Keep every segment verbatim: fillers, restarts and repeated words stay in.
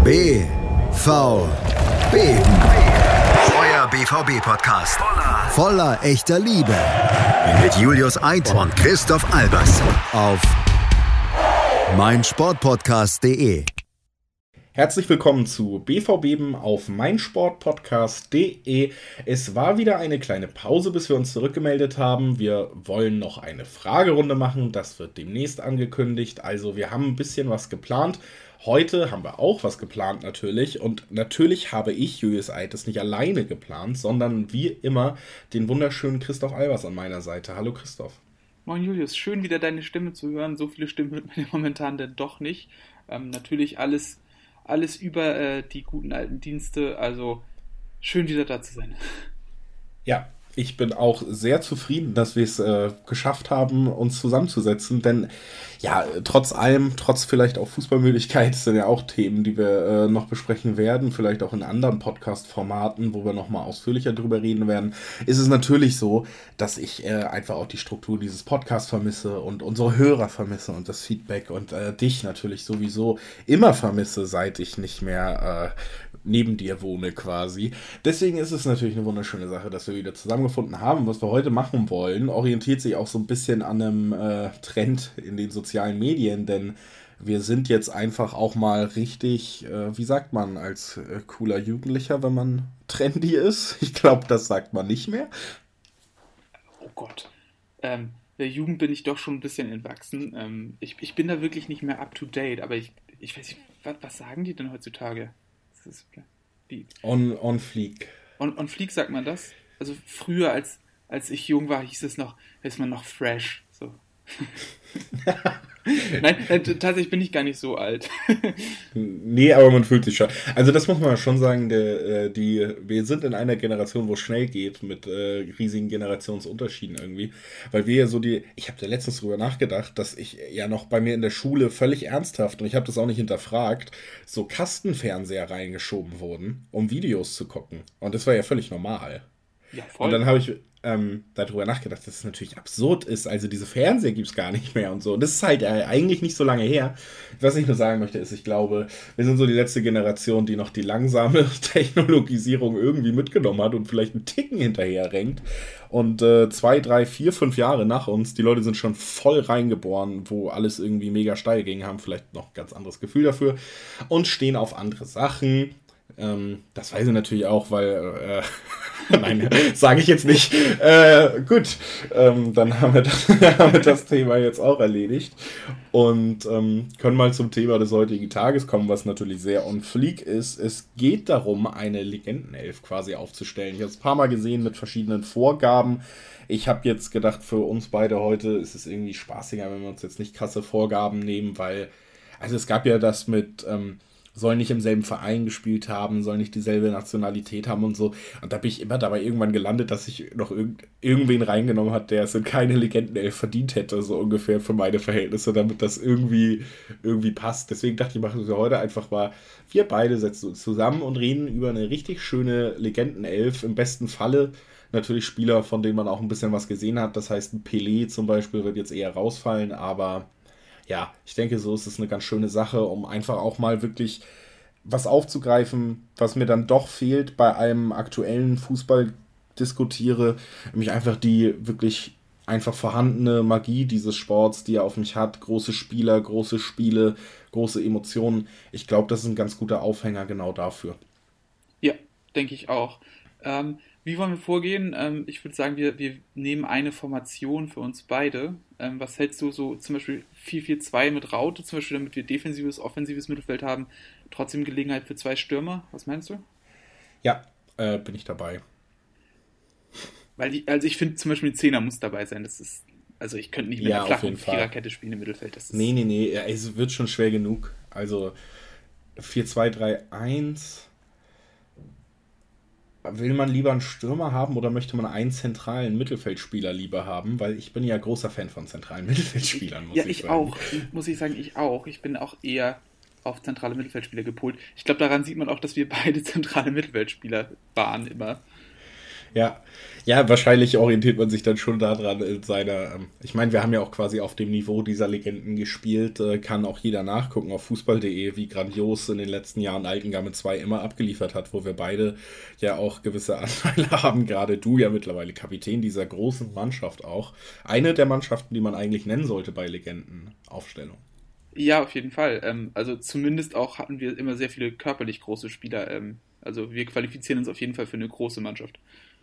B V B. Euer B V B-Podcast. Voller echter Liebe. Mit Julius Eid und Christoph Albers. Auf meinsportpodcast punkt de. Herzlich willkommen zu B V Beben auf meinsportpodcast punkt de. Es war wieder eine kleine Pause, bis wir uns zurückgemeldet haben. Wir wollen noch eine Fragerunde machen, das wird demnächst angekündigt. Also wir haben ein bisschen was geplant. Heute haben wir auch was geplant natürlich. Und natürlich habe ich, Julius Eid, das nicht alleine geplant, sondern wie immer den wunderschönen Christoph Albers an meiner Seite. Hallo Christoph. Moin Julius, schön wieder deine Stimme zu hören. So viele Stimmen hört man ja momentan denn doch nicht. Ähm, natürlich alles... Alles über äh, die guten alten Dienste, also schön wieder da zu sein. Ja, ich bin auch sehr zufrieden, dass wir es äh, geschafft haben, uns zusammenzusetzen, denn ja, trotz allem, trotz vielleicht auch Fußballmüdigkeit, sind ja auch Themen, die wir äh, noch besprechen werden, vielleicht auch in anderen Podcast-Formaten, wo wir nochmal ausführlicher drüber reden werden, ist es natürlich so, dass ich äh, einfach auch die Struktur dieses Podcasts vermisse und unsere Hörer vermisse und das Feedback und äh, dich natürlich sowieso immer vermisse, seit ich nicht mehr äh, neben dir wohne quasi. Deswegen ist es natürlich eine wunderschöne Sache, dass wir wieder zusammengefunden haben. Was wir heute machen wollen, orientiert sich auch so ein bisschen an einem äh, Trend in den sozialen Medien, denn wir sind jetzt einfach auch mal richtig, äh, wie sagt man, als äh, cooler Jugendlicher, wenn man trendy ist. Ich glaube, das sagt man nicht mehr. Oh Gott. Ähm, der Jugend bin ich doch schon ein bisschen entwachsen. Ähm, ich, ich bin da wirklich nicht mehr up to date, aber ich, ich weiß nicht, was, was sagen die denn heutzutage? Das ist, wie? On, on Fleek. On, on Fleek sagt man das? Also früher, als, als ich jung war, hieß es noch, ist man noch fresh. So. Nein, äh, tatsächlich bin ich gar nicht so alt. Nee, aber man fühlt sich schon. Also das muss man schon sagen, der, die, wir sind in einer Generation, wo es schnell geht, mit äh, riesigen Generationsunterschieden irgendwie. Weil wir ja so die, ich habe da letztens drüber nachgedacht, dass ich ja noch bei mir in der Schule völlig ernsthaft, und ich habe das auch nicht hinterfragt, so Kastenfernseher reingeschoben wurden, um Videos zu gucken. Und das war ja völlig normal. Ja, voll. Und dann habe ich ähm, darüber nachgedacht, dass es natürlich absurd ist. Also diese Fernseher gibt es gar nicht mehr und so. Das ist halt äh, eigentlich nicht so lange her. Was ich nur sagen möchte, ist, ich glaube, wir sind so die letzte Generation, die noch die langsame Technologisierung irgendwie mitgenommen hat und vielleicht einen Ticken hinterher renkt. Und äh, zwei, drei, vier, fünf Jahre nach uns, die Leute sind schon voll reingeboren, wo alles irgendwie mega steil ging, haben vielleicht noch ein ganz anderes Gefühl dafür und stehen auf andere Sachen. Ähm, das weiß ich natürlich auch, weil, äh, nein, sage ich jetzt nicht. Äh, gut, ähm, dann haben wir, das, haben wir das Thema jetzt auch erledigt und ähm, können mal zum Thema des heutigen Tages kommen, was natürlich sehr on fleek ist. Es geht darum, eine Legendenelf quasi aufzustellen. Ich habe es ein paar Mal gesehen mit verschiedenen Vorgaben. Ich habe jetzt gedacht, für uns beide heute ist es irgendwie spaßiger, wenn wir uns jetzt nicht krasse Vorgaben nehmen, weil, also es gab ja das mit, ähm, sollen nicht im selben Verein gespielt haben, sollen nicht dieselbe Nationalität haben und so. Und da bin ich immer dabei irgendwann gelandet, dass ich noch irgend, irgendwen reingenommen hat, der es in keine Legendenelf verdient hätte, so ungefähr für meine Verhältnisse, damit das irgendwie, irgendwie passt. Deswegen dachte ich, machen wir heute einfach mal, wir beide setzen uns zusammen und reden über eine richtig schöne Legendenelf. Im besten Falle natürlich Spieler, von denen man auch ein bisschen was gesehen hat. Das heißt, ein Pelé zum Beispiel wird jetzt eher rausfallen, aber ja, ich denke, so ist es eine ganz schöne Sache, um einfach auch mal wirklich was aufzugreifen, was mir dann doch fehlt bei einem aktuellen Fußball diskutiere, nämlich einfach die wirklich einfach vorhandene Magie dieses Sports, die er auf mich hat, große Spieler, große Spiele, große Emotionen. Ich glaube, das ist ein ganz guter Aufhänger genau dafür. Ja, denke ich auch. Ähm, wie wollen wir vorgehen? Ähm, ich würde sagen, wir, wir nehmen eine Formation für uns beide. Ähm, was hältst du so zum Beispiel vier vier zwei mit Raute, zum Beispiel, damit wir defensives, offensives Mittelfeld haben, trotzdem Gelegenheit für zwei Stürmer? Was meinst du? Ja, äh, bin ich dabei. Weil die, also ich finde zum Beispiel ein Zehner muss dabei sein. Das ist, also ich könnte nicht mit ja, einer flachen Viererkette spielen im Mittelfeld. Das ist nee, nee, nee, es wird schon schwer genug. Also vier zwei drei eins. Will man lieber einen Stürmer haben oder möchte man einen zentralen Mittelfeldspieler lieber haben? Weil ich bin ja großer Fan von zentralen Mittelfeldspielern, muss ja, ich, ich sagen. Ja, ich auch. Muss ich sagen, ich auch. Ich bin auch eher auf zentrale Mittelfeldspieler gepolt. Ich glaube, daran sieht man auch, dass wir beide zentrale Mittelfeldspieler waren immer. Ja, ja, wahrscheinlich orientiert man sich dann schon daran in seiner, ähm, ich meine, wir haben ja auch quasi auf dem Niveau dieser Legenden gespielt, äh, kann auch jeder nachgucken auf fußball punkt de, wie grandios in den letzten Jahren Altengamme zwei immer abgeliefert hat, wo wir beide ja auch gewisse Anteile haben, gerade du ja mittlerweile Kapitän dieser großen Mannschaft auch. Eine der Mannschaften, die man eigentlich nennen sollte bei Legendenaufstellung. Ja, auf jeden Fall. Ähm, also zumindest auch hatten wir immer sehr viele körperlich große Spieler. Ähm, also wir qualifizieren uns auf jeden Fall für eine große Mannschaft.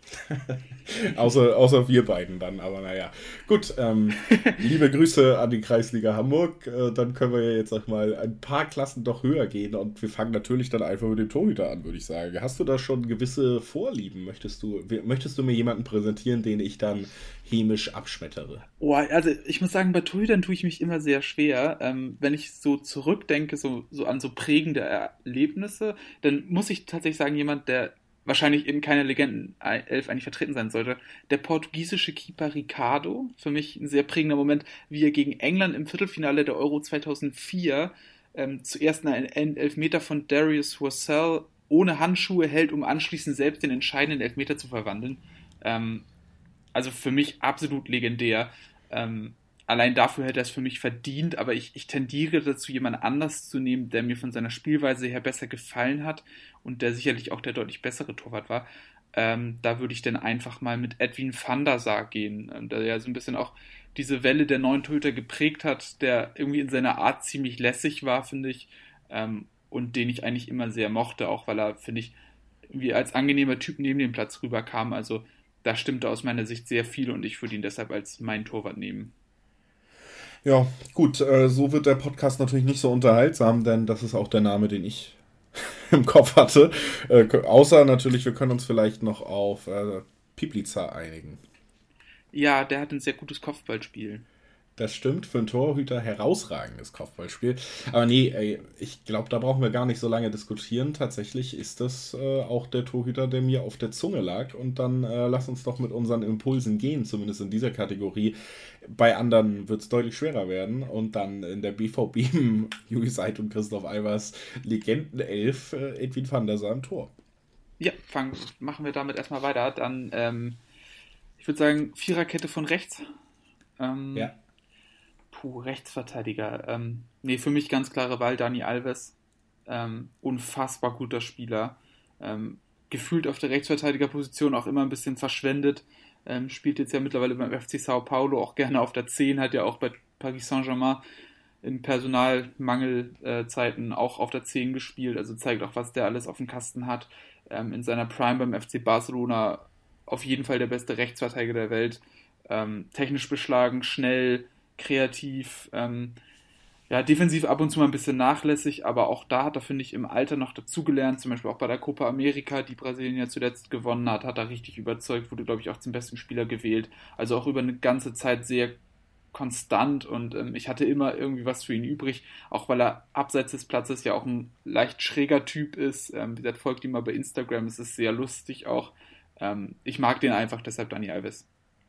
außer, außer wir beiden dann, aber naja. Gut, ähm, liebe Grüße an die Kreisliga Hamburg. Äh, dann können wir ja jetzt auch mal ein paar Klassen doch höher gehen und wir fangen natürlich dann einfach mit dem Torhüter an, würde ich sagen. Hast du da schon gewisse Vorlieben? Möchtest du, möchtest du mir jemanden präsentieren, den ich dann hämisch abschmettere? Oh, also ich muss sagen, bei Torhütern tue ich mich immer sehr schwer. Ähm, wenn ich so zurückdenke, so, so an so prägende Erlebnisse, dann muss ich tatsächlich sagen, jemand, der wahrscheinlich in keiner Legendenelf eigentlich vertreten sein sollte. Der portugiesische Keeper Ricardo, für mich ein sehr prägender Moment, wie er gegen England im Viertelfinale der Euro zweitausendvier ähm, zuerst einen Elfmeter von Darius Russell ohne Handschuhe hält, um anschließend selbst den entscheidenden Elfmeter zu verwandeln. Ähm, also für mich absolut legendär. Ähm, allein dafür hätte er es für mich verdient, aber ich, ich tendiere dazu, jemand anders zu nehmen, der mir von seiner Spielweise her besser gefallen hat und der sicherlich auch der deutlich bessere Torwart war. Ähm, da würde ich dann einfach mal mit Edwin van der Sar gehen, ähm, der ja so ein bisschen auch diese Welle der neuen Torhüter geprägt hat, der irgendwie in seiner Art ziemlich lässig war, finde ich, ähm, und den ich eigentlich immer sehr mochte, auch weil er, finde ich, irgendwie als angenehmer Typ neben dem Platz rüberkam. Also da stimmte aus meiner Sicht sehr viel und ich würde ihn deshalb als meinen Torwart nehmen. Ja, gut, äh, so wird der Podcast natürlich nicht so unterhaltsam, denn das ist auch der Name, den ich im Kopf hatte. Äh, außer natürlich, wir können uns vielleicht noch auf äh, Piplica einigen. Ja, der hat ein sehr gutes Kopfballspiel. Das stimmt, für einen Torhüter herausragendes Kopfballspiel. Aber nee, ey, ich glaube, da brauchen wir gar nicht so lange diskutieren. Tatsächlich ist das äh, auch der Torhüter, der mir auf der Zunge lag. Und dann äh, lass uns doch mit unseren Impulsen gehen, zumindest in dieser Kategorie. Bei anderen wird es deutlich schwerer werden. Und dann in der B V B, Juli Seid und Christoph Albers Legendenelf, äh, Edwin van der Sar im Tor. Ja, fang, machen wir damit erstmal weiter. Dann, ähm, ich würde sagen, Viererkette von rechts. Ähm, ja. Puh, Rechtsverteidiger. Ähm, nee, für mich ganz klare Wahl, Dani Alves. Ähm, unfassbar guter Spieler. Ähm, gefühlt auf der Rechtsverteidigerposition auch immer ein bisschen verschwendet. Ähm, spielt jetzt ja mittlerweile beim F C Sao Paulo auch gerne auf der zehn, hat ja auch bei Paris Saint-Germain in Personalmangelzeiten äh, auch auf der zehn gespielt. Also zeigt auch, was der alles auf dem Kasten hat. Ähm, in seiner Prime beim F C Barcelona auf jeden Fall der beste Rechtsverteidiger der Welt. Ähm, technisch beschlagen, schnell, kreativ, ähm, ja, defensiv ab und zu mal ein bisschen nachlässig, aber auch da hat er, finde ich, im Alter noch dazugelernt, zum Beispiel auch bei der Copa America, die Brasilien ja zuletzt gewonnen hat, hat er richtig überzeugt, wurde, glaube ich, auch zum besten Spieler gewählt, also auch über eine ganze Zeit sehr konstant und ähm, ich hatte immer irgendwie was für ihn übrig, auch weil er abseits des Platzes ja auch ein leicht schräger Typ ist, ähm, wie gesagt, folgt ihm mal bei Instagram, es ist sehr lustig auch, ähm, ich mag den einfach, deshalb Dani Alves.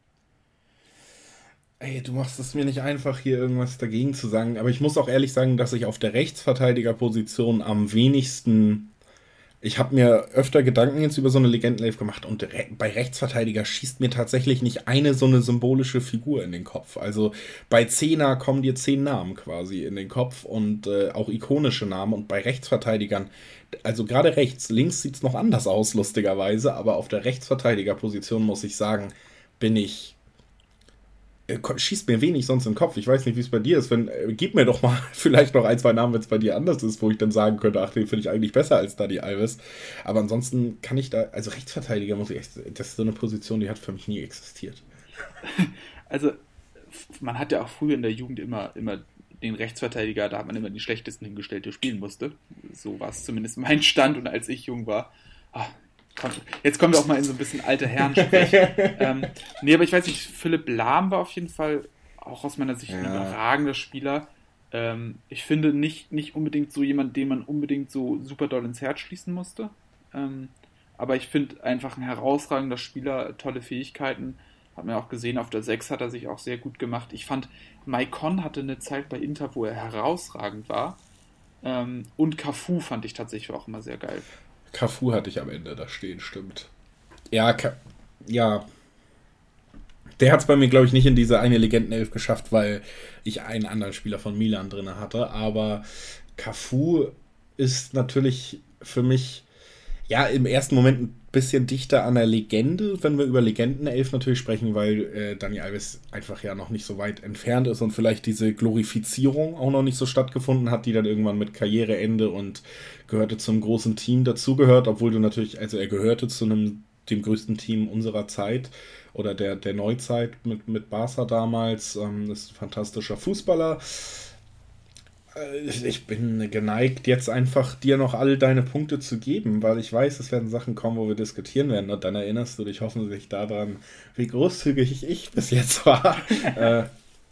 Ey, du machst es mir nicht einfach, hier irgendwas dagegen zu sagen. Aber ich muss auch ehrlich sagen, dass ich auf der Rechtsverteidigerposition am wenigsten... Ich habe mir öfter Gedanken jetzt über so eine Legendenelf gemacht und re- bei Rechtsverteidiger schießt mir tatsächlich nicht eine so eine symbolische Figur in den Kopf. Also bei Zehner kommen dir zehn Namen quasi in den Kopf und äh, auch ikonische Namen. Und bei Rechtsverteidigern, also gerade rechts, links sieht es noch anders aus, lustigerweise. Aber auf der Rechtsverteidigerposition muss ich sagen, bin ich... schießt mir wenig sonst in den Kopf. Ich weiß nicht, wie es bei dir ist. Wenn, äh, gib mir doch mal vielleicht noch ein, zwei Namen, wenn es bei dir anders ist, wo ich dann sagen könnte, ach, den finde ich eigentlich besser als Dani Alves. Aber ansonsten kann ich da, also Rechtsverteidiger muss ich echt, das ist so eine Position, die hat für mich nie existiert. Also, man hat ja auch früher in der Jugend immer, immer den Rechtsverteidiger, da hat man immer den schlechtesten hingestellt, der spielen musste. So war es zumindest mein Stand und als ich jung war, ach, jetzt kommen wir auch mal in so ein bisschen alte Herren-Sprech. ähm, nee, aber ich weiß nicht, Philipp Lahm war auf jeden Fall auch aus meiner Sicht ein Ja. überragender Spieler. Ähm, ich finde nicht, nicht unbedingt so jemand, den man unbedingt so super doll ins Herz schließen musste. Ähm, aber ich finde einfach ein herausragender Spieler, tolle Fähigkeiten. Hat man auch gesehen, auf der sechs hat er sich auch sehr gut gemacht. Ich fand, Maicon hatte eine Zeit bei Inter, wo er herausragend war. Ähm, und Cafu fand ich tatsächlich auch immer sehr geil. Cafu hatte ich am Ende da stehen, stimmt. Ja, Ka- ja, der hat es bei mir, glaube ich, nicht in diese eine Legendenelf geschafft, weil ich einen anderen Spieler von Milan drin hatte. Aber Cafu ist natürlich für mich, ja, im ersten Moment ein bisschen dichter an der Legende, wenn wir über Legendenelf natürlich sprechen, weil äh, Dani Alves einfach ja noch nicht so weit entfernt ist und vielleicht diese Glorifizierung auch noch nicht so stattgefunden hat, die dann irgendwann mit Karriereende und gehörte zum großen Team dazugehört, obwohl du natürlich, also er gehörte zu einem dem größten Team unserer Zeit oder der, der Neuzeit mit, mit Barca damals. Ähm, ist ein fantastischer Fußballer. Äh, ich bin geneigt, jetzt einfach dir noch all deine Punkte zu geben, weil ich weiß, es werden Sachen kommen, wo wir diskutieren werden. Und dann erinnerst du dich hoffentlich daran, wie großzügig ich bis jetzt war. äh,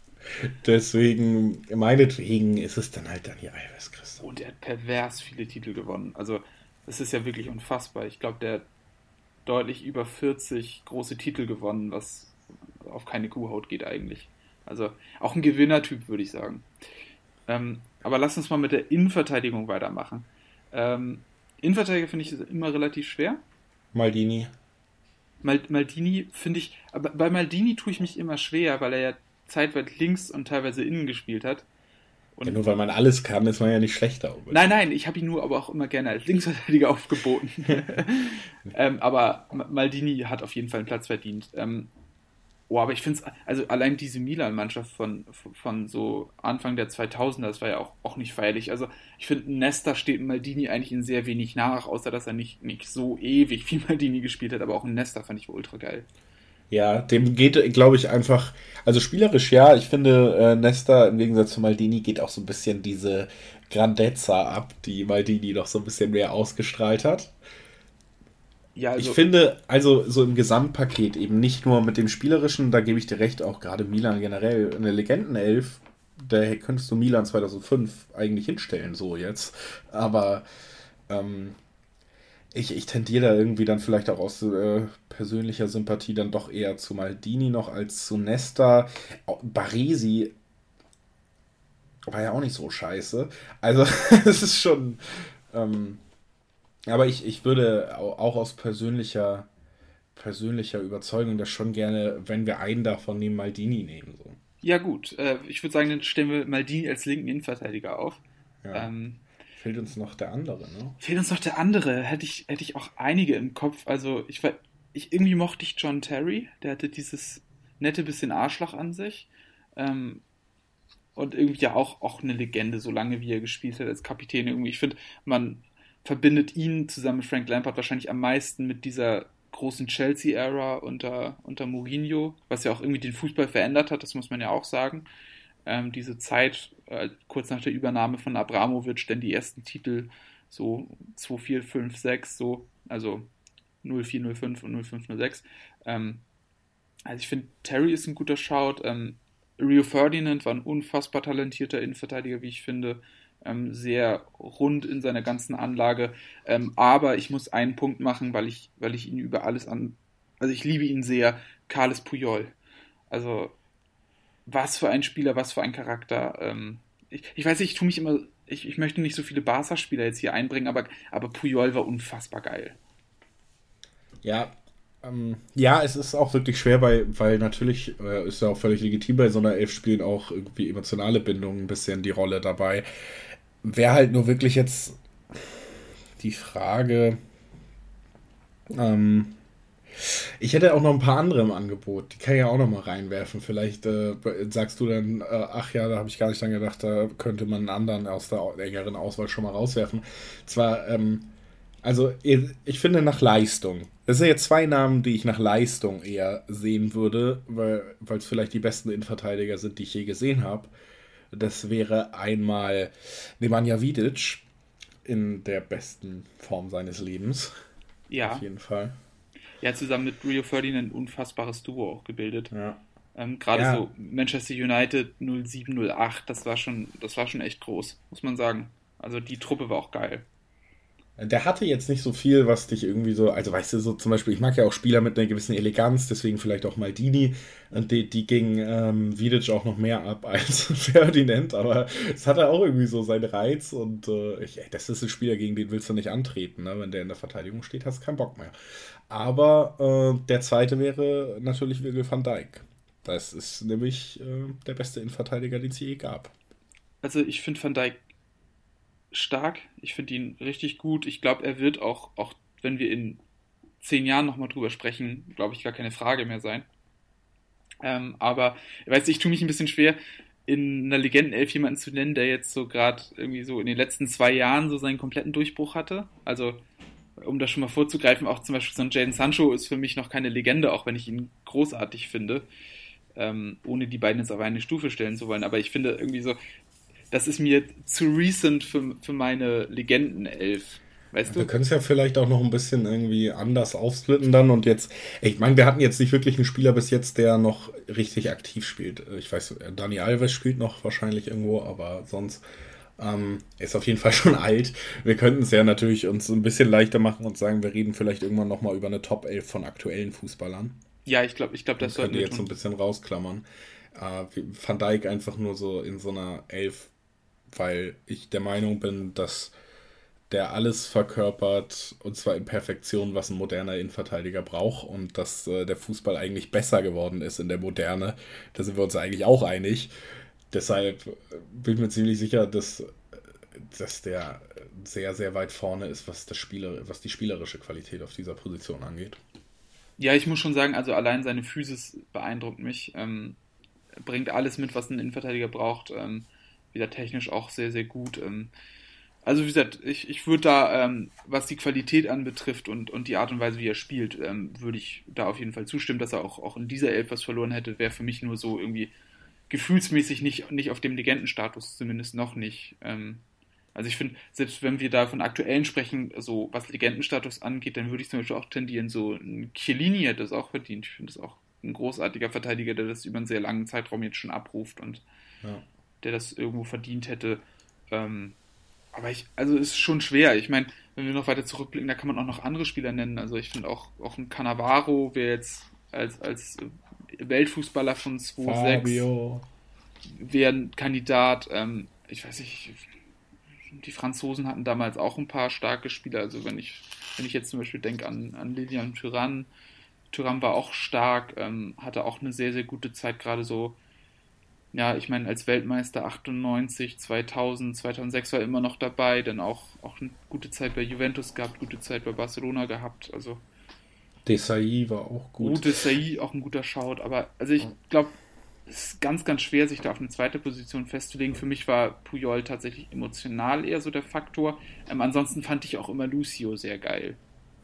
deswegen, meinetwegen ist es dann halt Dani Alves, Christoph. Und er hat pervers viele Titel gewonnen. Also, das ist ja wirklich unfassbar. Ich glaube, der deutlich über vierzig große Titel gewonnen, was auf keine Kuhhaut geht eigentlich. Also auch ein Gewinnertyp, würde ich sagen. Ähm, aber lass uns mal mit der Innenverteidigung weitermachen. Ähm, Innenverteidiger finde ich immer relativ schwer. Maldini. Mal, Maldini finde ich, aber bei Maldini tue ich mich immer schwer, weil er ja zeitweilig links und teilweise innen gespielt hat. Und ja, nur weil man alles kann, ist man ja nicht schlechter. Unbedingt. Nein, nein, ich habe ihn nur aber auch immer gerne als Linksverteidiger aufgeboten. ähm, aber Maldini hat auf jeden Fall einen Platz verdient. Ähm, oh, aber ich finde es, also allein diese Milan-Mannschaft von, von so Anfang der zweitausender, das war ja auch, auch nicht feierlich. Also ich finde, Nesta steht Maldini eigentlich in sehr wenig nach, außer dass er nicht, nicht so ewig wie Maldini gespielt hat, aber auch ein Nesta fand ich ultra geil. Ja, dem geht, glaube ich, einfach, also spielerisch ja, ich finde, äh, Nesta im Gegensatz zu Maldini geht auch so ein bisschen diese Grandezza ab, die Maldini noch so ein bisschen mehr ausgestrahlt hat. Ja, also ich finde, also so im Gesamtpaket eben nicht nur mit dem Spielerischen, da gebe ich dir recht, auch gerade Milan generell, eine Legendenelf, da könntest du Milan zweitausendfünf eigentlich hinstellen, so jetzt, aber ähm, Ich, ich tendiere da irgendwie dann vielleicht auch aus äh, persönlicher Sympathie dann doch eher zu Maldini noch als zu Nesta. Baresi war ja auch nicht so scheiße. Also es ist schon... Ähm, aber ich, ich würde auch aus persönlicher, persönlicher Überzeugung das schon gerne, wenn wir einen davon nehmen, Maldini nehmen. So. Ja gut, äh, ich würde sagen, dann stellen wir Maldini als linken Innenverteidiger auf. Ja. Ähm, Fehlt uns noch der andere, ne? Fehlt uns noch der andere. Hätte ich, hätte ich auch einige im Kopf. Also, ich, ich irgendwie mochte ich John Terry. Der hatte dieses nette bisschen Arschloch an sich. Ähm, und irgendwie ja auch, auch eine Legende, so lange wie er gespielt hat als Kapitän. Irgendwie, ich finde, man verbindet ihn zusammen mit Frank Lampard wahrscheinlich am meisten mit dieser großen Chelsea-Ära unter, unter Mourinho, was ja auch irgendwie den Fußball verändert hat, das muss man ja auch sagen. Ähm, diese Zeit, äh, kurz nach der Übernahme von Abramovic, denn die ersten Titel so zwei vier fünf sechs, so, also null vier null fünf und null fünf null sechs. Ähm, also ich finde, Terry ist ein guter Shout. Ähm, Rio Ferdinand war ein unfassbar talentierter Innenverteidiger, wie ich finde. Ähm, sehr rund in seiner ganzen Anlage. Ähm, aber ich muss einen Punkt machen, weil ich, weil ich ihn über alles an... Also ich liebe ihn sehr. Carles Puyol. Also was für ein Spieler, was für ein Charakter. Ähm, ich, ich weiß nicht, ich tue mich immer, ich, ich möchte nicht so viele Barca-Spieler jetzt hier einbringen, aber, aber Puyol war unfassbar geil. Ja, ähm, ja, es ist auch wirklich schwer, weil, weil natürlich äh, ist ja auch völlig legitim bei so einer Elf spielen auch irgendwie emotionale Bindungen ein bisschen die Rolle dabei. Wäre halt nur wirklich jetzt die Frage, ähm, ich hätte auch noch ein paar andere im Angebot. Die kann ich ja auch noch mal reinwerfen. Vielleicht äh, sagst du dann, äh, ach ja, da habe ich gar nicht dran gedacht, da könnte man einen anderen aus der engeren Auswahl schon mal rauswerfen. Zwar, ähm, also ich finde nach Leistung. Das sind jetzt zwei Namen, die ich nach Leistung eher sehen würde, weil es vielleicht die besten Innenverteidiger sind, die ich je gesehen habe. Das wäre einmal Nemanja Vidic in der besten Form seines Lebens. Ja. Auf jeden Fall. Ja, zusammen mit Rio Ferdinand ein unfassbares Duo auch gebildet. Ja. Ähm, Gerade ja. so Manchester United null sieben null acht, das war schon, das war schon echt groß, muss man sagen. Also die Truppe war auch geil. Der hatte jetzt nicht so viel, was dich irgendwie so, also weißt du, so zum Beispiel, ich mag ja auch Spieler mit einer gewissen Eleganz, deswegen vielleicht auch Maldini, und die, die ging ähm, Vidic auch noch mehr ab als Ferdinand, aber es hatte auch irgendwie so seinen Reiz und äh, ich, ey, das ist ein Spieler, gegen den willst du nicht antreten, ne? Wenn der in der Verteidigung steht, hast du keinen Bock mehr. Aber äh, der zweite wäre natürlich Virgil van Dijk. Das ist nämlich äh, der beste Innenverteidiger, den es je gab. Also ich finde Van Dijk stark. Ich finde ihn richtig gut. Ich glaube, er wird auch, auch wenn wir in zehn Jahren nochmal drüber sprechen, glaube ich, gar keine Frage mehr sein. Ähm, aber, weißt du, ich tue mich ein bisschen schwer, in einer Legendenelf jemanden zu nennen, der jetzt so gerade irgendwie so in den letzten zwei Jahren so seinen kompletten Durchbruch hatte. Also, um das schon mal vorzugreifen, auch zum Beispiel so ein Jadon Sancho ist für mich noch keine Legende, auch wenn ich ihn großartig finde, ähm, ohne die beiden jetzt auf eine Stufe stellen zu wollen. Aber ich finde irgendwie so, das ist mir zu recent für, für meine Legendenelf. Weißt du? Wir können es ja vielleicht auch noch ein bisschen irgendwie anders aufsplitten dann und jetzt, ich meine, wir hatten jetzt nicht wirklich einen Spieler bis jetzt, der noch richtig aktiv spielt. Ich weiß, Dani Alves spielt noch wahrscheinlich irgendwo, aber sonst ähm, ist auf jeden Fall schon alt. Wir könnten es ja natürlich uns ein bisschen leichter machen und sagen, wir reden vielleicht irgendwann nochmal über eine Top elf von aktuellen Fußballern. Ja, ich glaube, ich glaube, das sollten wir jetzt so ein bisschen rausklammern. Äh, Van Dijk einfach nur so in so einer Elf, weil ich der Meinung bin, dass der alles verkörpert, und zwar in Perfektion, was ein moderner Innenverteidiger braucht und dass äh, der Fußball eigentlich besser geworden ist in der Moderne. Da sind wir uns eigentlich auch einig. Deshalb bin ich mir ziemlich sicher, dass, dass der sehr, sehr weit vorne ist, was, das Spieler, was die spielerische Qualität auf dieser Position angeht. Ja, ich muss schon sagen, also allein seine Physis beeindruckt mich. Ähm, bringt alles mit, was ein Innenverteidiger braucht. Ähm, wieder technisch auch sehr, sehr gut. Ähm, Also wie gesagt, ich, ich würde da, ähm, was die Qualität anbetrifft und, und die Art und Weise, wie er spielt, ähm, würde ich da auf jeden Fall zustimmen, dass er auch, auch in dieser Elf was verloren hätte, wäre für mich nur so irgendwie gefühlsmäßig nicht, nicht auf dem Legendenstatus, zumindest noch nicht. Ähm, also ich finde, selbst wenn wir da von aktuellen sprechen, so was Legendenstatus angeht, dann würde ich zum Beispiel auch tendieren, so ein Chiellini hätte das auch verdient. Ich finde das auch ein großartiger Verteidiger, der das über einen sehr langen Zeitraum jetzt schon abruft und ja. der das irgendwo verdient hätte. Ähm, Aber ich, also es ist schon schwer. Ich meine, wenn wir noch weiter zurückblicken, da kann man auch noch andere Spieler nennen. Also ich finde auch, auch ein Cannavaro wäre jetzt als, als Weltfußballer von zwei Komma sechs wäre ein Kandidat. Ähm, ich weiß nicht, die Franzosen hatten damals auch ein paar starke Spieler. Also wenn ich, wenn ich jetzt zum Beispiel denke an, an Lilian Thuram, Thuram war auch stark, ähm, hatte auch eine sehr, sehr gute Zeit, gerade so. Ja, ich meine, als Weltmeister achtundneunzig, zweitausend, zweitausendsechs war immer noch dabei, dann auch, auch eine gute Zeit bei Juventus gehabt, gute Zeit bei Barcelona gehabt, also Desailly war auch gut. Oh, Desailly, auch ein guter Shout, aber also ich glaube, es ist ganz, ganz schwer, sich da auf eine zweite Position festzulegen. Für mich war Puyol tatsächlich emotional eher so der Faktor. Ähm, ansonsten fand ich auch immer Lucio sehr geil.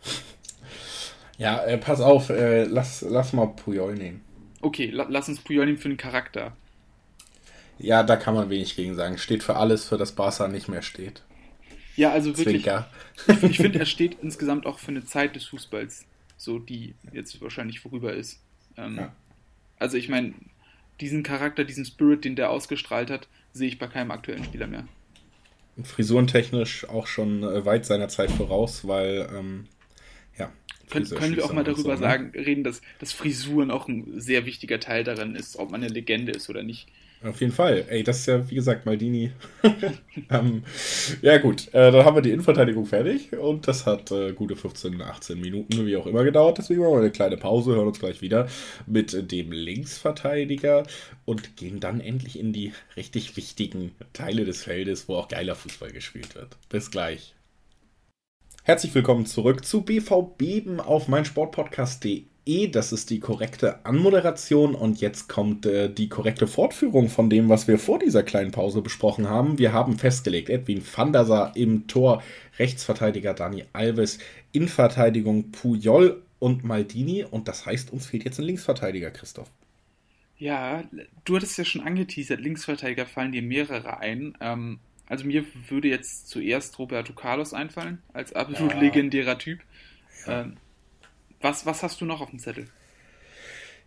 Ja, äh, pass auf, äh, lass, lass mal Puyol nehmen. Okay, la- lass uns Puyol nehmen für den Charakter. Ja, da kann man wenig gegen sagen. Steht für alles, für das Barca nicht mehr steht. Ja, also wirklich. Zwinker. Ich, ich finde, er steht insgesamt auch für eine Zeit des Fußballs, so die jetzt wahrscheinlich vorüber ist. Ähm, Ja. Also ich meine, diesen Charakter, diesen Spirit, den der ausgestrahlt hat, sehe ich bei keinem aktuellen Spieler mehr. Frisurentechnisch auch schon äh, weit seiner Zeit voraus, weil, ähm, ja. Können, können wir auch mal darüber so, sagen, ne? reden, dass, dass Frisuren auch ein sehr wichtiger Teil daran ist, ob man eine Legende ist oder nicht. Auf jeden Fall. Ey, das ist ja, wie gesagt, Maldini. ähm, ja gut, äh, dann haben wir die Innenverteidigung fertig und das hat äh, gute fünfzehn, achtzehn Minuten, wie auch immer, gedauert. Deswegen machen wir eine kleine Pause, hören uns gleich wieder mit dem Linksverteidiger und gehen dann endlich in die richtig wichtigen Teile des Feldes, wo auch geiler Fußball gespielt wird. Bis gleich. Herzlich willkommen zurück zu B V Beben auf meinsportpodcast punkt de. Das ist die korrekte Anmoderation und jetzt kommt äh, die korrekte Fortführung von dem, was wir vor dieser kleinen Pause besprochen haben. Wir haben festgelegt, Edwin van der Sar im Tor, Rechtsverteidiger Dani Alves, Innenverteidigung Puyol und Maldini und das heißt, uns fehlt jetzt ein Linksverteidiger, Christoph. Ja, du hattest ja schon angeteasert, Linksverteidiger fallen dir mehrere ein. Ähm, also mir würde jetzt zuerst Roberto Carlos einfallen, als absolut ja. legendärer Typ. Ja. Ähm, Was, was hast du noch auf dem Zettel?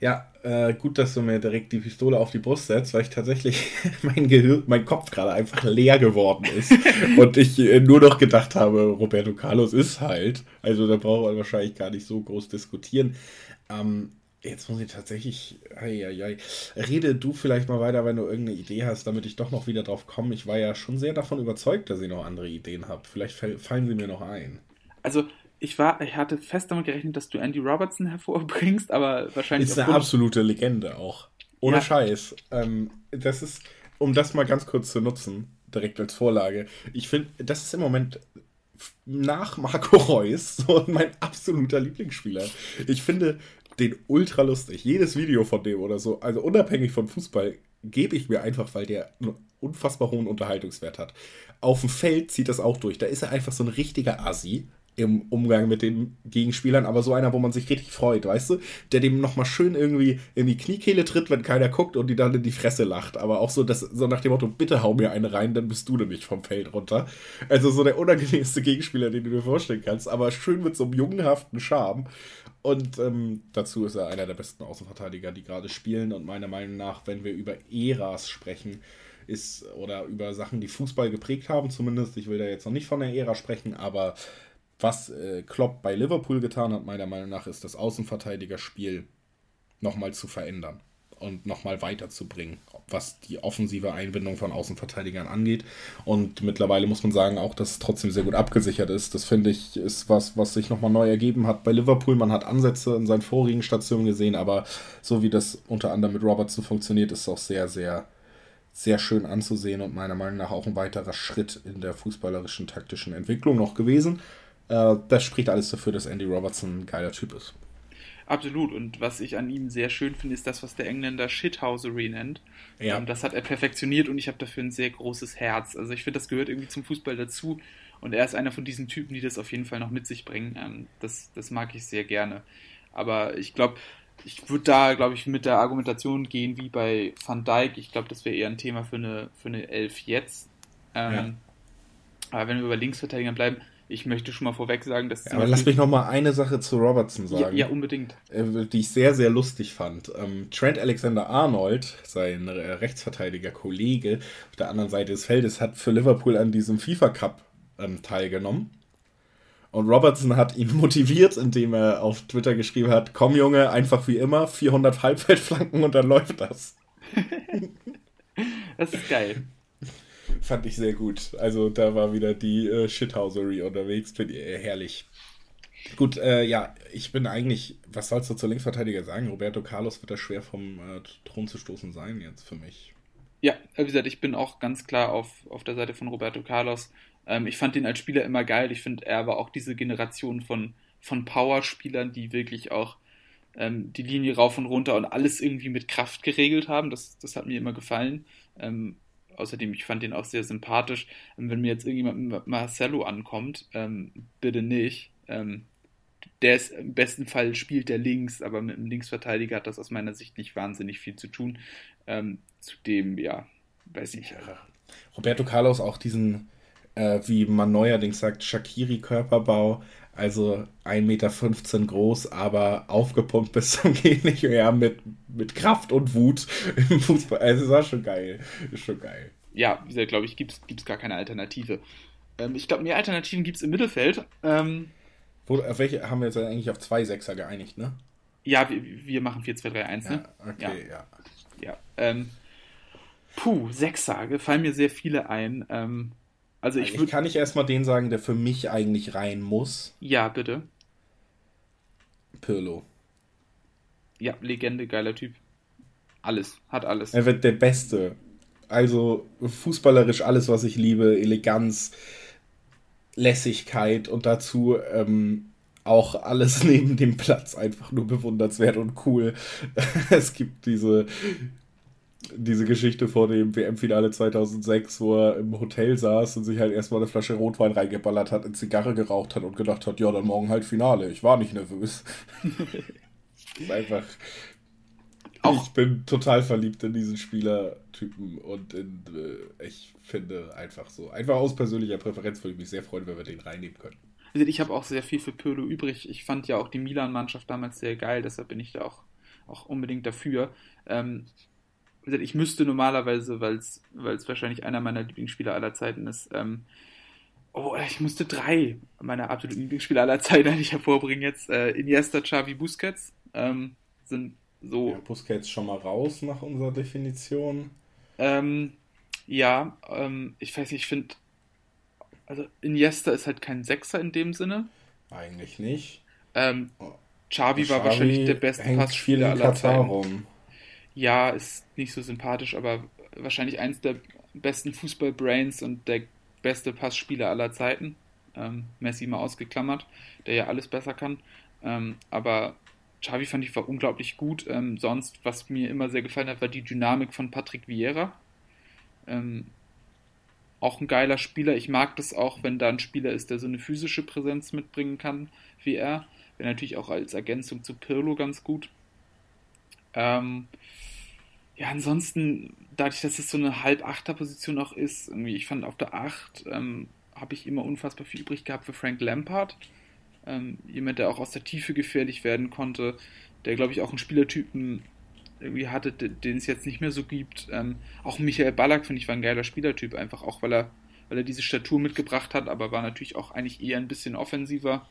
Ja, äh, gut, dass du mir direkt die Pistole auf die Brust setzt, weil ich tatsächlich mein Gehirn, mein Kopf gerade einfach leer geworden ist und ich äh, nur noch gedacht habe, Roberto Carlos ist halt. Also da braucht man wahrscheinlich gar nicht so groß diskutieren. Ähm, jetzt muss ich tatsächlich, ei, ei, ei. Rede du vielleicht mal weiter, wenn du irgendeine Idee hast, damit ich doch noch wieder drauf komme. Ich war ja schon sehr davon überzeugt, dass ich noch andere Ideen habe. Vielleicht fall- fallen sie mir noch ein. Also, ich war, ich hatte fest damit gerechnet, dass du Andy Robertson hervorbringst, aber wahrscheinlich Ist eine aufgrund- absolute Legende auch. Ohne Ja. Scheiß. Ähm, das ist, um das mal ganz kurz zu nutzen, direkt als Vorlage. Ich finde, das ist im Moment f- nach Marco Reus so mein absoluter Lieblingsspieler. Ich finde den ultra lustig. Jedes Video von dem oder so, also unabhängig von Fußball, gebe ich mir einfach, weil der einen unfassbar hohen Unterhaltungswert hat. Auf dem Feld zieht das auch durch. Da ist er einfach so ein richtiger Assi im Umgang mit den Gegenspielern, aber so einer, wo man sich richtig freut, weißt du? Der dem nochmal schön irgendwie in die Kniekehle tritt, wenn keiner guckt und die dann in die Fresse lacht. Aber auch so, dass, so nach dem Motto, bitte hau mir eine rein, dann bist du nämlich vom Feld runter. Also so der unangenehmste Gegenspieler, den du dir vorstellen kannst, aber schön mit so einem jungenhaften Charme. Und ähm, dazu ist er einer der besten Außenverteidiger, die gerade spielen. Und meiner Meinung nach, wenn wir über Äras sprechen, ist, oder über Sachen, die Fußball geprägt haben, zumindest, ich will da jetzt noch nicht von der Ära sprechen, aber was äh, Klopp bei Liverpool getan hat, meiner Meinung nach, ist das Außenverteidigerspiel nochmal zu verändern und nochmal weiterzubringen, was die offensive Einbindung von Außenverteidigern angeht. Und mittlerweile muss man sagen, auch, dass es trotzdem sehr gut abgesichert ist. Das finde ich, ist was, was sich nochmal neu ergeben hat bei Liverpool. Man hat Ansätze in seinen vorigen Stationen gesehen, aber so wie das unter anderem mit Robertson funktioniert, ist es auch sehr, sehr, sehr schön anzusehen und meiner Meinung nach auch ein weiterer Schritt in der fußballerischen, taktischen Entwicklung noch gewesen. Äh, das spricht alles dafür, dass Andy Robertson ein geiler Typ ist. Absolut. Und was ich an ihm sehr schön finde, ist das, was der Engländer Shithousery nennt. Ja. Ähm, das hat er perfektioniert und ich habe dafür ein sehr großes Herz. Also ich finde, das gehört irgendwie zum Fußball dazu. Und er ist einer von diesen Typen, die das auf jeden Fall noch mit sich bringen. Ähm, das, das mag ich sehr gerne. Aber ich glaube, ich würde da, glaube ich, mit der Argumentation gehen wie bei Van Dijk. Ich glaube, das wäre eher ein Thema für eine, für eine Elf jetzt. Ähm, Ja. Aber wenn wir über Linksverteidiger bleiben, ich möchte schon mal vorweg sagen, dass... Ja, aber lass mich noch mal eine Sache zu Robertson ja, sagen, ja, unbedingt. äh, die ich sehr, sehr lustig fand. Ähm, Trent Alexander-Arnold, sein äh, Rechtsverteidiger-Kollege auf der anderen Seite des Feldes, hat für Liverpool an diesem FIFA-Cup ähm, teilgenommen. Und Robertson hat ihn motiviert, indem er auf Twitter geschrieben hat, komm Junge, einfach wie immer, vierhundert Halbfeldflanken und dann läuft das. Das ist geil. Fand ich sehr gut. Also da war wieder die äh, Shithousery unterwegs. Finde ich äh, herrlich. Gut, äh, ja, ich bin eigentlich, was sollst du zur Linksverteidiger sagen? Roberto Carlos wird da schwer vom äh, Thron zu stoßen sein jetzt für mich. Ja, wie gesagt, ich bin auch ganz klar auf, auf der Seite von Roberto Carlos. Ähm, ich fand ihn als Spieler immer geil. Ich finde, er war auch diese Generation von, von Powerspielern, die wirklich auch ähm, die Linie rauf und runter und alles irgendwie mit Kraft geregelt haben. Das, das hat mir immer gefallen. Ähm, außerdem, ich fand ihn auch sehr sympathisch. Ähm, wenn mir jetzt irgendjemand mit Marcelo ankommt, ähm, bitte nicht. Ähm, der ist im besten Fall spielt der links, aber mit einem Linksverteidiger hat das aus meiner Sicht nicht wahnsinnig viel zu tun. Ähm, zudem, ja, weiß nicht. Ja. Roberto Carlos auch diesen, äh, wie man neuerdings sagt, Shaqiri-Körperbau, also ein Meter fünfzehn groß, aber aufgepumpt bis zum geht nicht mehr mit, mit Kraft und Wut im Fußball. Also, das war schon geil. Ist schon geil. Ja, wie gesagt, glaube ich, gibt es gar keine Alternative. Ähm, ich glaube, mehr Alternativen gibt es im Mittelfeld. Ähm, Wo, auf welche haben wir jetzt eigentlich auf zwei Sechser geeinigt, ne? ja, wir, wir machen vier zwei drei eins, ne? Ja, okay, ja. Ja. Ähm, puh, Sechser, gefallen mir sehr viele ein. Ähm, also ich Ich würde. kann nicht erstmal den sagen, der für mich eigentlich rein muss. Ja, bitte. Pirlo. Ja, Legende, geiler Typ. Alles, hat alles. Er wird der Beste. Also fußballerisch alles, was ich liebe. Eleganz, Lässigkeit und dazu ähm, auch alles neben dem Platz einfach nur bewundernswert und cool. Es gibt diese, diese Geschichte vor dem W M-Finale zweitausendsechs, wo er im Hotel saß und sich halt erstmal eine Flasche Rotwein reingeballert hat, eine Zigarre geraucht hat und gedacht hat, ja, dann morgen halt Finale. Ich war nicht nervös. Das ist einfach... Auch- Ich bin total verliebt in diesen Spielertypen und in, äh, ich finde einfach so, einfach aus persönlicher Präferenz würde ich mich sehr freuen, wenn wir den reinnehmen können. Wie gesagt, ich habe auch sehr viel für Pirlo übrig. Ich fand ja auch die Milan-Mannschaft damals sehr geil, deshalb bin ich da auch auch unbedingt dafür. Ähm, ich müsste normalerweise, weil es wahrscheinlich einer meiner Lieblingsspieler aller Zeiten ist, ähm, oh, ich musste drei meiner absoluten Lieblingsspieler aller Zeiten eigentlich hervorbringen jetzt. Äh, Iniesta, Xavi, Busquets ähm, sind so... Ja, Busquets schon mal raus nach unserer Definition. Ähm, ja, ähm, ich weiß nicht, ich finde, also Iniesta ist halt kein Sechser in dem Sinne. Eigentlich nicht. Ähm, Xavi war wahrscheinlich der beste Passspieler aller Zeiten. Rum. Ja, ist nicht so sympathisch, aber wahrscheinlich eins der besten Fußball-Brains und der beste Passspieler aller Zeiten. Ähm, Messi mal ausgeklammert, der ja alles besser kann. Ähm, aber Xavi fand ich war unglaublich gut. Ähm, sonst, was mir immer sehr gefallen hat, war die Dynamik von Patrick Vieira. Ähm, auch ein geiler Spieler. Ich mag das auch, wenn da ein Spieler ist, der so eine physische Präsenz mitbringen kann wie er. Wäre natürlich auch als Ergänzung zu Pirlo ganz gut. Ähm, ja, ansonsten, dadurch, dass es so eine Halb-Achter-Position auch ist, irgendwie, ich fand auf der acht ähm, habe ich immer unfassbar viel übrig gehabt für Frank Lampard. Ähm, jemand, der auch aus der Tiefe gefährlich werden konnte, der, glaube ich, auch einen Spielertypen irgendwie hatte, den es jetzt nicht mehr so gibt. Ähm, auch Michael Ballack, finde ich, war ein geiler Spielertyp, einfach auch, weil er, weil er diese Statur mitgebracht hat, aber war natürlich auch eigentlich eher ein bisschen offensiver.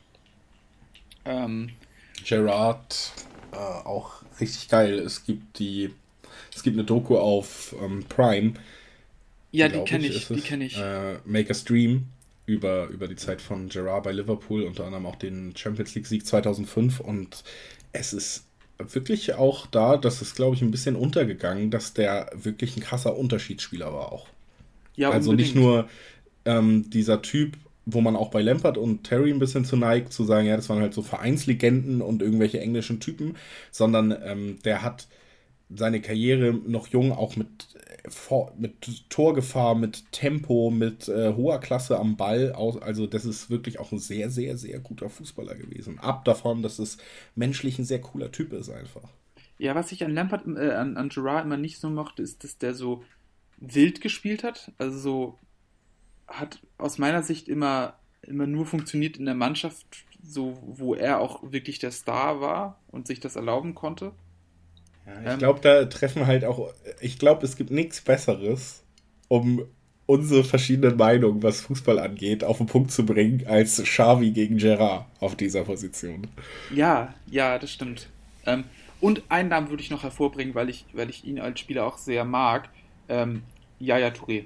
Ähm, Gerrard, äh, auch richtig geil. Es gibt die, es gibt eine Doku auf ähm, Prime. Ja, die kenne ich, die kenne ich. Äh, Make a Stream über, über die Zeit von Gerrard bei Liverpool, unter anderem auch den Champions League Sieg zweitausendfünf, und es ist wirklich auch da, das ist, glaube ich, ein bisschen untergegangen, dass der wirklich ein krasser Unterschiedsspieler war auch. Ja, also unbedingt. Nicht nur ähm, dieser Typ, wo man auch bei Lampard und Terry ein bisschen zu neigt, zu sagen, ja, das waren halt so Vereinslegenden und irgendwelche englischen Typen, sondern ähm, der hat seine Karriere noch jung auch mit, mit Torgefahr, mit Tempo, mit äh, hoher Klasse am Ball, aus, also das ist wirklich auch ein sehr, sehr, sehr guter Fußballer gewesen. Ab davon, dass es menschlich ein sehr cooler Typ ist einfach. Ja, was ich an Lampard, äh, an, an Gerrard immer nicht so mochte, ist, dass der so wild gespielt hat, also so hat aus meiner Sicht immer, immer nur funktioniert in der Mannschaft, so wo er auch wirklich der Star war und sich das erlauben konnte. Ja, ich glaube, da treffen halt auch, ich glaube, es gibt nichts Besseres, um unsere verschiedenen Meinungen, was Fußball angeht, auf den Punkt zu bringen, als Xavi gegen Gerrard auf dieser Position. Ja, ja, das stimmt. Ähm, und einen Namen würde ich noch hervorbringen, weil ich, weil ich ihn als Spieler auch sehr mag, ähm, Yaya Touré.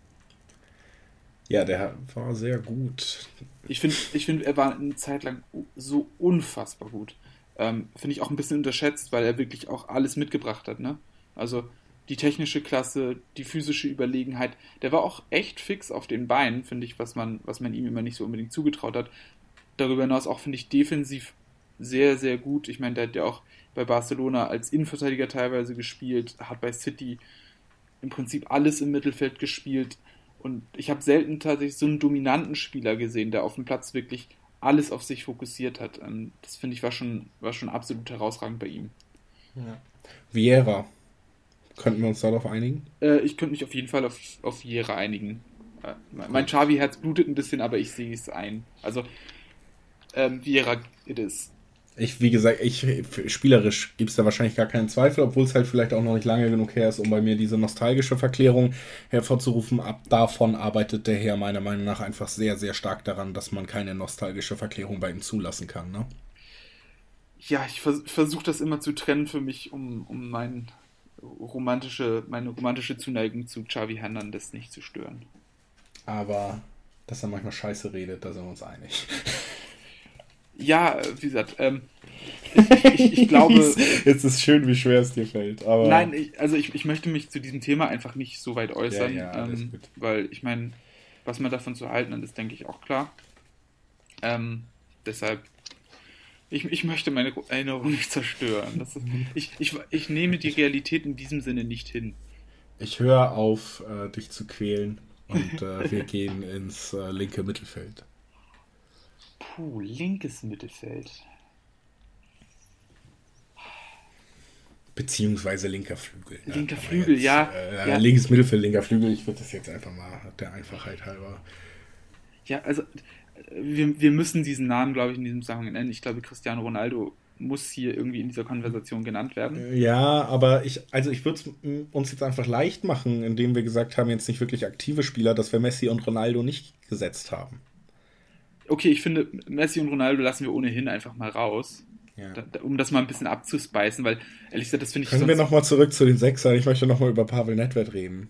Ja, der war sehr gut. Ich finde, ich find, er war eine Zeit lang so unfassbar gut. Ähm, finde ich auch ein bisschen unterschätzt, weil er wirklich auch alles mitgebracht hat, ne? Also die technische Klasse, die physische Überlegenheit. Der war auch echt fix auf den Beinen, finde ich, was man, was man ihm immer nicht so unbedingt zugetraut hat. Darüber hinaus auch, finde ich, defensiv sehr, sehr gut. Ich meine, der hat ja auch bei Barcelona als Innenverteidiger teilweise gespielt, hat bei City im Prinzip alles im Mittelfeld gespielt. Und ich habe selten tatsächlich so einen dominanten Spieler gesehen, der auf dem Platz wirklich alles auf sich fokussiert hat. Das finde ich war schon, war schon absolut herausragend bei ihm. Ja. Vieira. Könnten wir uns darauf einigen? Äh, ich könnte mich auf jeden Fall auf, auf Vieira einigen. Äh, mein Xavi-Herz blutet ein bisschen, aber ich sehe es ein. Also, ähm, Vieira, it is. Ich, wie gesagt, ich spielerisch gibt es da wahrscheinlich gar keinen Zweifel, obwohl es halt vielleicht auch noch nicht lange genug her ist, um bei mir diese nostalgische Verklärung hervorzurufen. Ab davon arbeitet der Herr meiner Meinung nach einfach sehr, sehr stark daran, dass man keine nostalgische Verklärung bei ihm zulassen kann, ne? Ja, ich vers- versuche das immer zu trennen für mich, um, um mein romantische, meine romantische Zuneigung zu Xavi Hernandez nicht zu stören. Aber dass er manchmal Scheiße redet, da sind wir uns einig. Ja, wie gesagt, ähm, ich, ich, ich glaube... Jetzt ist schön, wie schwer es dir fällt. Aber nein, ich, also ich, ich möchte mich zu diesem Thema einfach nicht so weit äußern, ja, ja, ähm, weil ich meine, was man davon zu halten hat, ist, denke ich, auch klar. Ähm, deshalb, ich, ich möchte meine Erinnerung nicht zerstören. Das ist, ich, ich, ich nehme die Realität in diesem Sinne nicht hin. Ich höre auf, äh, dich zu quälen und äh, wir gehen ins äh, linke Mittelfeld. Puh, linkes Mittelfeld. Beziehungsweise linker Flügel. Linker Flügel, jetzt, ja, äh, ja. Linkes Mittelfeld, linker Flügel. Ich würde das jetzt einfach mal der Einfachheit halber. Ja, also wir, wir müssen diesen Namen, glaube ich, in diesem Zusammenhang nennen. Ich glaube, Cristiano Ronaldo muss hier irgendwie in dieser Konversation genannt werden. Ja, aber ich, also ich würde es uns jetzt einfach leicht machen, indem wir gesagt haben, jetzt nicht wirklich aktive Spieler, dass wir Messi und Ronaldo nicht gesetzt haben. Okay, ich finde, Messi und Ronaldo lassen wir ohnehin einfach mal raus. Ja. Da, da, um das mal ein bisschen abzuspeisen, weil ehrlich gesagt, das finde ich... Können wir nochmal zurück zu den Sechsern? Ich möchte nochmal über Pavel Nedved reden.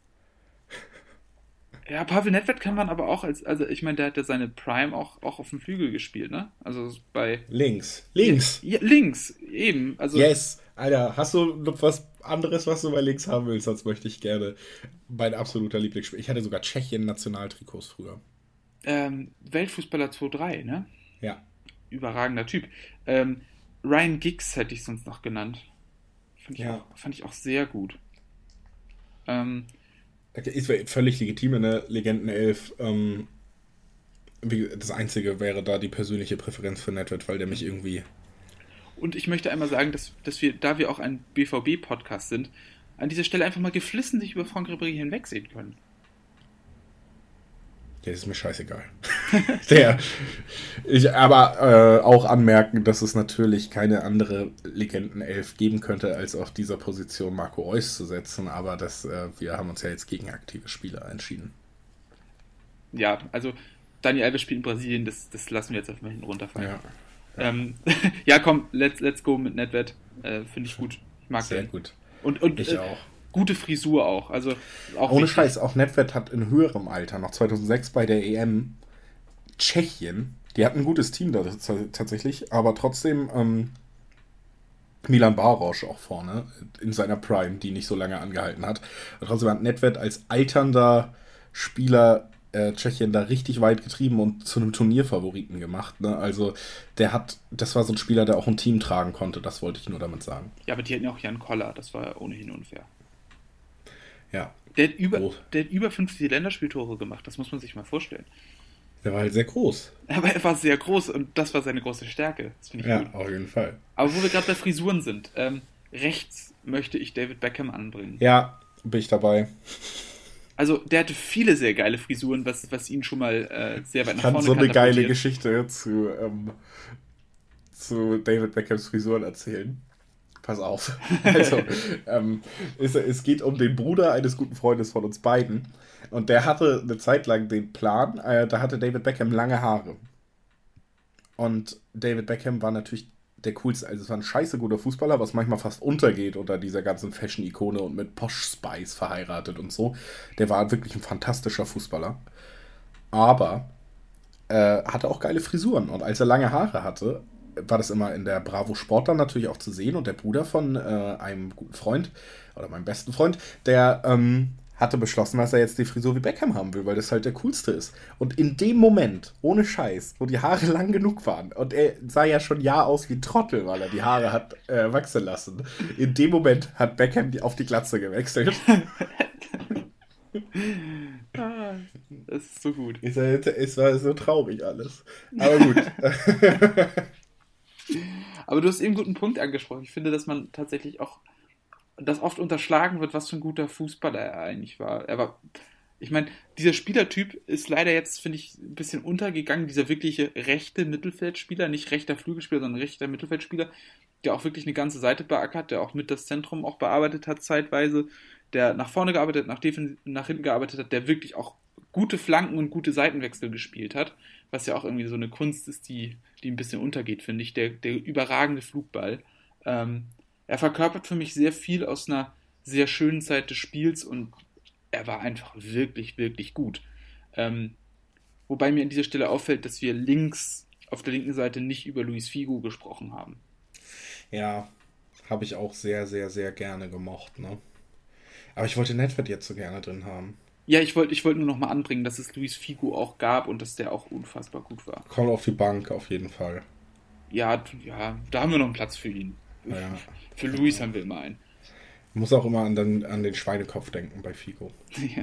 Ja, Pavel Nedved kann man aber auch als, also ich meine, der hat ja seine Prime auch, auch auf dem Flügel gespielt, ne? Also bei... Links. Links. Ja, links, eben. Also yes. Alter, hast du noch was anderes, was du bei links haben willst? Sonst möchte ich gerne mein absoluter Lieblingsspieler. Ich hatte sogar Tschechien-Nationaltrikots früher. Ähm, Weltfußballer zwei drei, ne? Ja. Überragender Typ. Ähm, Ryan Giggs hätte ich sonst noch genannt. Fand ich, Ja. auch, fand ich auch sehr gut. Ähm, Ist völlig legitim in der Legendenelf. Ähm, das Einzige wäre da die persönliche Präferenz für Nedved, weil der mich irgendwie... Und ich möchte einmal sagen, dass, dass wir, da wir auch ein B V B-Podcast sind, an dieser Stelle einfach mal geflissentlich über Franck Ribéry hinwegsehen können. Ja, das ist mir scheißegal. Der, ich aber äh, auch anmerken, dass es natürlich keine andere Legendenelf geben könnte, als auf dieser Position Marco Reus zu setzen, aber das, äh, wir haben uns ja jetzt gegen aktive Spieler entschieden. Ja, also Dani Alves spielt in Brasilien, das, das lassen wir jetzt einfach mal hinten runterfallen. Ja, ja. Ähm, ja komm, let's, let's go mit Nedved. Äh, Finde ich gut. Ich mag sehr den. gut. Und, und ich äh, auch. Gute Frisur auch. Also auch ohne wichtig. Scheiß, auch Nedved hat in höherem Alter, noch zweitausendsechs bei der E M, Tschechien, die hatten ein gutes Team da tatsächlich, aber trotzdem ähm, Milan Baroš auch vorne, in seiner Prime, die nicht so lange angehalten hat. Und trotzdem hat Nedved als alternder Spieler äh, Tschechien da richtig weit getrieben und zu einem Turnierfavoriten gemacht. Ne? Also der hat, das war so ein Spieler, der auch ein Team tragen konnte, das wollte ich nur damit sagen. Ja, aber die hatten ja auch Jan Koller, das war ja ohnehin unfair. Ja. Der hat, über, Groß. der hat über fünfzig Länderspieltore gemacht, das muss man sich mal vorstellen. Der war halt sehr groß. Aber er war sehr groß und das war seine große Stärke. Das finde ich Ja, gut. auf jeden Fall. Aber wo wir gerade bei Frisuren sind, ähm, rechts möchte ich David Beckham anbringen. Ja, bin ich dabei. Also der hatte viele sehr geile Frisuren, was, was ihn schon mal äh, sehr weit Ich nach kann vorne so eine geile katapultiert. Geschichte zu, ähm, zu David Beckhams Frisuren erzählen. Pass auf. Also, ähm, es, es geht um den Bruder eines guten Freundes von uns beiden. Und der hatte eine Zeit lang den Plan, äh, da hatte David Beckham lange Haare. Und David Beckham war natürlich der coolste, also es war ein scheiße guter Fußballer, was manchmal fast untergeht unter dieser ganzen Fashion-Ikone und mit Posh Spice verheiratet und so. Der war wirklich ein fantastischer Fußballer. Aber äh, hatte auch geile Frisuren. Und als er lange Haare hatte, war das immer in der Bravo Sport dann natürlich auch zu sehen. Und der Bruder von äh, einem guten Freund, oder meinem besten Freund, der ähm, hatte beschlossen, dass er jetzt die Frisur wie Beckham haben will, weil das halt der coolste ist. Und in dem Moment, ohne Scheiß, wo die Haare lang genug waren, und er sah ja schon ja aus wie ein Trottel, weil er die Haare hat äh, wachsen lassen, in dem Moment hat Beckham die auf die Glatze gewechselt. Ah, das ist so gut. Es, es war so traurig alles. Aber gut. Aber du hast eben einen guten Punkt angesprochen. Ich finde, dass man tatsächlich auch, dass oft unterschlagen wird, was für ein guter Fußballer er eigentlich war. Er war, ich meine, dieser Spielertyp ist leider jetzt, finde ich, ein bisschen untergegangen. Dieser wirkliche rechte Mittelfeldspieler, nicht rechter Flügelspieler, sondern rechter Mittelfeldspieler, der auch wirklich eine ganze Seite beackert, der auch mit das Zentrum auch bearbeitet hat zeitweise, der nach vorne gearbeitet, nach, Defen- nach hinten gearbeitet hat, der wirklich auch gute Flanken und gute Seitenwechsel gespielt hat, was ja auch irgendwie so eine Kunst ist, die, die ein bisschen untergeht, finde ich, der, der überragende Flugball. Ähm, er verkörpert für mich sehr viel aus einer sehr schönen Zeit des Spiels und er war einfach wirklich, wirklich gut. Ähm, wobei mir an dieser Stelle auffällt, dass wir links, auf der linken Seite nicht über Luis Figo gesprochen haben. Ja, habe ich auch sehr, sehr, sehr gerne gemocht, ne? Aber ich wollte Nedved jetzt so gerne drin haben. Ja, ich wollte ich wollt nur noch mal anbringen, dass es Luis Figo auch gab und dass der auch unfassbar gut war. Kommt auf die Bank, auf jeden Fall. Ja, ja, da haben wir noch einen Platz für ihn. Ja. Für Luis haben wir immer einen. Ich muss auch immer an den, an den Schweinekopf denken bei Figo. Ja.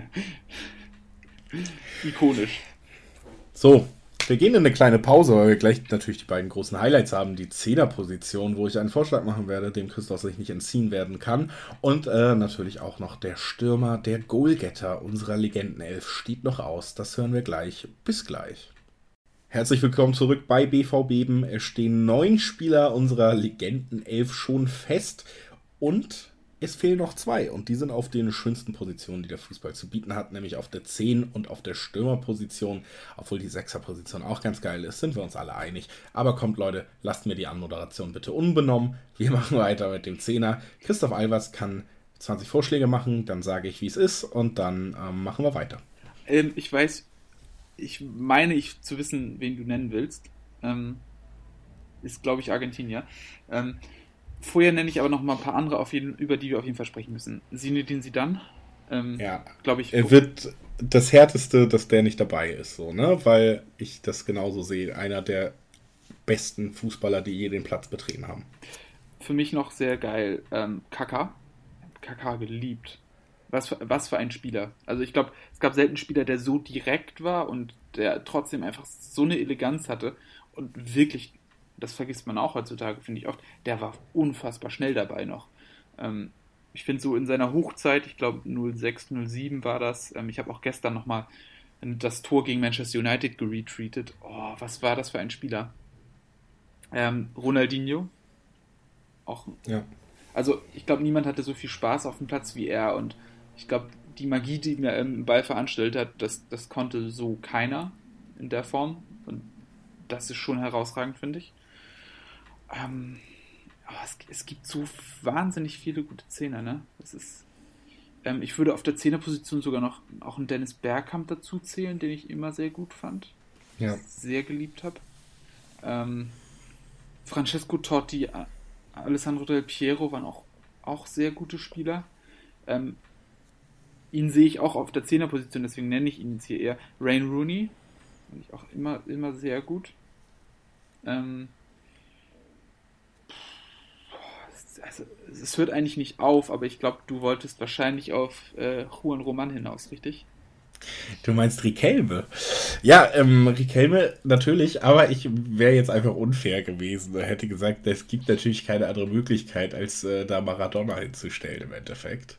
Ikonisch. So, wir gehen in eine kleine Pause, weil wir gleich natürlich die beiden großen Highlights haben. Die Zehnerposition, wo ich einen Vorschlag machen werde, dem Christoph sich nicht entziehen werden kann. Und äh, natürlich auch noch der Stürmer, der Goalgetter unserer Legendenelf steht noch aus. Das hören wir gleich. Bis gleich. Herzlich willkommen zurück bei B V Beben. Es stehen neun Spieler unserer Legenden-Elf schon fest und es fehlen noch zwei. Und die sind auf den schönsten Positionen, die der Fußball zu bieten hat, nämlich auf der zehn und auf der Stürmerposition. Obwohl die Sechser-Position auch ganz geil ist, sind wir uns alle einig. Aber kommt Leute, lasst mir die Anmoderation bitte unbenommen. Wir machen weiter mit dem Zehner. Christoph Albers kann zwanzig Vorschläge machen, dann sage ich, wie es ist und dann ähm, machen wir weiter. Ähm, ich weiß... Ich meine, ich zu wissen, wen du nennen willst. Ähm, ist, glaube ich, Argentinier. Ähm, vorher nenne ich aber noch mal ein paar andere, auf jeden, über die wir auf jeden Fall sprechen müssen. Zinedine Zidane. Ähm, ja, glaube ich. Er wird das Härteste, dass der nicht dabei ist, so, ne? Weil ich das genauso sehe. Einer der besten Fußballer, die je den Platz betreten haben. Für mich noch sehr geil. Ähm, Kaká. Kaká geliebt. Was für, was für ein Spieler. Also ich glaube, es gab selten einen Spieler, der so direkt war und der trotzdem einfach so eine Eleganz hatte und wirklich, das vergisst man auch heutzutage, finde ich oft, der war unfassbar schnell dabei noch. Ähm, ich finde so in seiner Hochzeit, ich glaube null sechs, null sieben war das, ähm, ich habe auch gestern nochmal das Tor gegen Manchester United geretweetet. Oh, was war das für ein Spieler? Ähm, Ronaldinho. Auch. Ja. Also ich glaube, niemand hatte so viel Spaß auf dem Platz wie er und ich glaube, die Magie, die er im Ball veranstaltet hat, das, das konnte so keiner in der Form. Und das ist schon herausragend, finde ich. Ähm, aber es, es gibt so wahnsinnig viele gute Zehner, ne? Das ist, ähm, ich würde auf der Zehnerposition sogar noch auch einen Dennis Bergkamp dazu zählen, den ich immer sehr gut fand. Ja. Sehr geliebt habe. Ähm, Francesco Totti, Alessandro Del Piero waren auch, auch sehr gute Spieler. Ähm, ihn sehe ich auch auf der Zehnerposition, deswegen nenne ich ihn jetzt hier eher Wayne Rooney. Finde ich auch immer, immer sehr gut. Ähm, also, es hört eigentlich nicht auf, aber ich glaube, du wolltest wahrscheinlich auf äh, Juan Roman hinaus, richtig? Du meinst Riquelme? Ja, ähm, Riquelme natürlich, aber ich wäre jetzt einfach unfair gewesen. Er hätte gesagt, es gibt natürlich keine andere Möglichkeit, als äh, da Maradona hinzustellen im Endeffekt.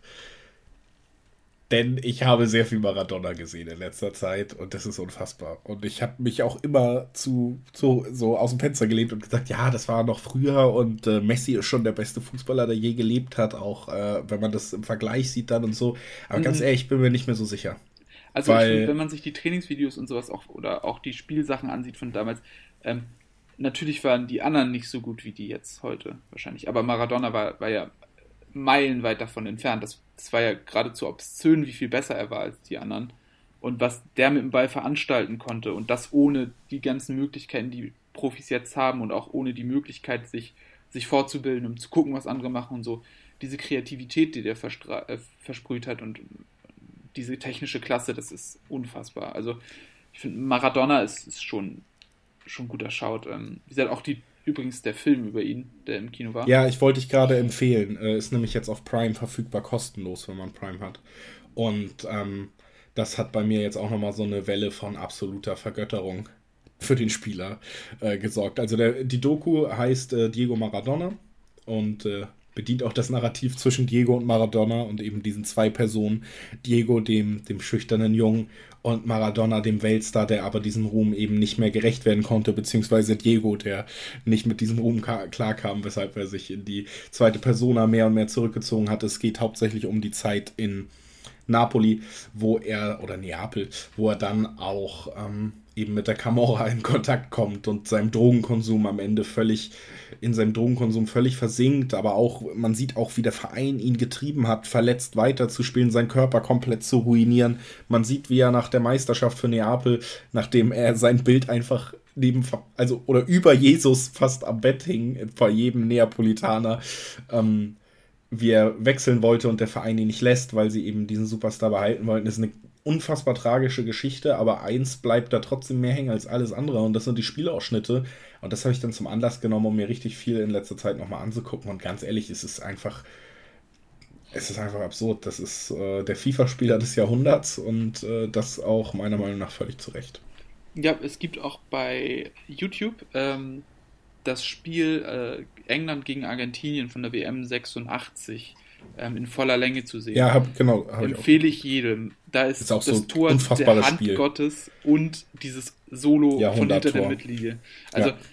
Denn ich habe sehr viel Maradona gesehen in letzter Zeit und das ist unfassbar. Und ich habe mich auch immer zu, zu so aus dem Fenster gelehnt und gesagt, ja, das war noch früher und äh, Messi ist schon der beste Fußballer, der je gelebt hat, auch äh, wenn man das im Vergleich sieht dann und so. Aber mhm. ganz ehrlich, ich bin mir nicht mehr so sicher. Also weil, ich find, wenn man sich die Trainingsvideos und sowas auch oder auch die Spielsachen ansieht von damals, ähm, natürlich waren die anderen nicht so gut wie die jetzt heute wahrscheinlich. Aber Maradona war, war ja meilenweit davon entfernt. Das, das war ja geradezu obszön, wie viel besser er war als die anderen. Und was der mit dem Ball veranstalten konnte und das ohne die ganzen Möglichkeiten, die Profis jetzt haben und auch ohne die Möglichkeit, sich, sich fortzubilden, um zu gucken, was andere machen und so. Diese Kreativität, die der verstra- äh, versprüht hat und diese technische Klasse, das ist unfassbar. Also ich finde, Maradona ist, ist schon, schon guter Schaut. Ähm, wie gesagt, auch die übrigens der Film über ihn, der im Kino war. Ja, ich wollte dich gerade empfehlen. Äh, ist nämlich jetzt auf Prime verfügbar, kostenlos, wenn man Prime hat. Und ähm, das hat bei mir jetzt auch nochmal so eine Welle von absoluter Vergötterung für den Spieler äh, gesorgt. Also der, die Doku heißt äh, Diego Maradona und äh, bedient auch das Narrativ zwischen Diego und Maradona und eben diesen zwei Personen. Diego, dem, dem schüchternen Jungen, und Maradona, dem Weltstar, der aber diesem Ruhm eben nicht mehr gerecht werden konnte, beziehungsweise Diego, der nicht mit diesem Ruhm ka- klarkam, weshalb er sich in die zweite Persona mehr und mehr zurückgezogen hat. Es geht hauptsächlich um die Zeit in Napoli, wo er, oder Neapel, wo er dann auch ähm, eben mit der Camorra in Kontakt kommt und seinem Drogenkonsum am Ende völlig, in seinem Drogenkonsum völlig versinkt, aber auch, man sieht auch, wie der Verein ihn getrieben hat, verletzt weiterzuspielen, seinen Körper komplett zu ruinieren. Man sieht, wie er nach der Meisterschaft für Neapel, nachdem er sein Bild einfach neben, also, oder über Jesus fast am Bett hing, vor jedem Neapolitaner, ähm, wie er wechseln wollte und der Verein ihn nicht lässt, weil sie eben diesen Superstar behalten wollten. Das ist eine unfassbar tragische Geschichte, aber eins bleibt da trotzdem mehr hängen als alles andere und das sind die Spielausschnitte und das habe ich dann zum Anlass genommen, um mir richtig viel in letzter Zeit nochmal anzugucken und ganz ehrlich, es ist einfach es ist einfach absurd. Das ist äh, der FIFA-Spieler des Jahrhunderts und äh, das auch meiner Meinung nach völlig zu Recht. Ja, es gibt auch bei YouTube ähm, das Spiel äh, England gegen Argentinien von der W M sechsundachtzig. ähm, in voller Länge zu sehen. Ja, hab, genau. Hab Empfehle ich, ich jedem. Da ist, ist auch das so Tor unfassbares der Hand Spiel. Gottes und dieses Solo von hinter der Mittellinie. Also ja.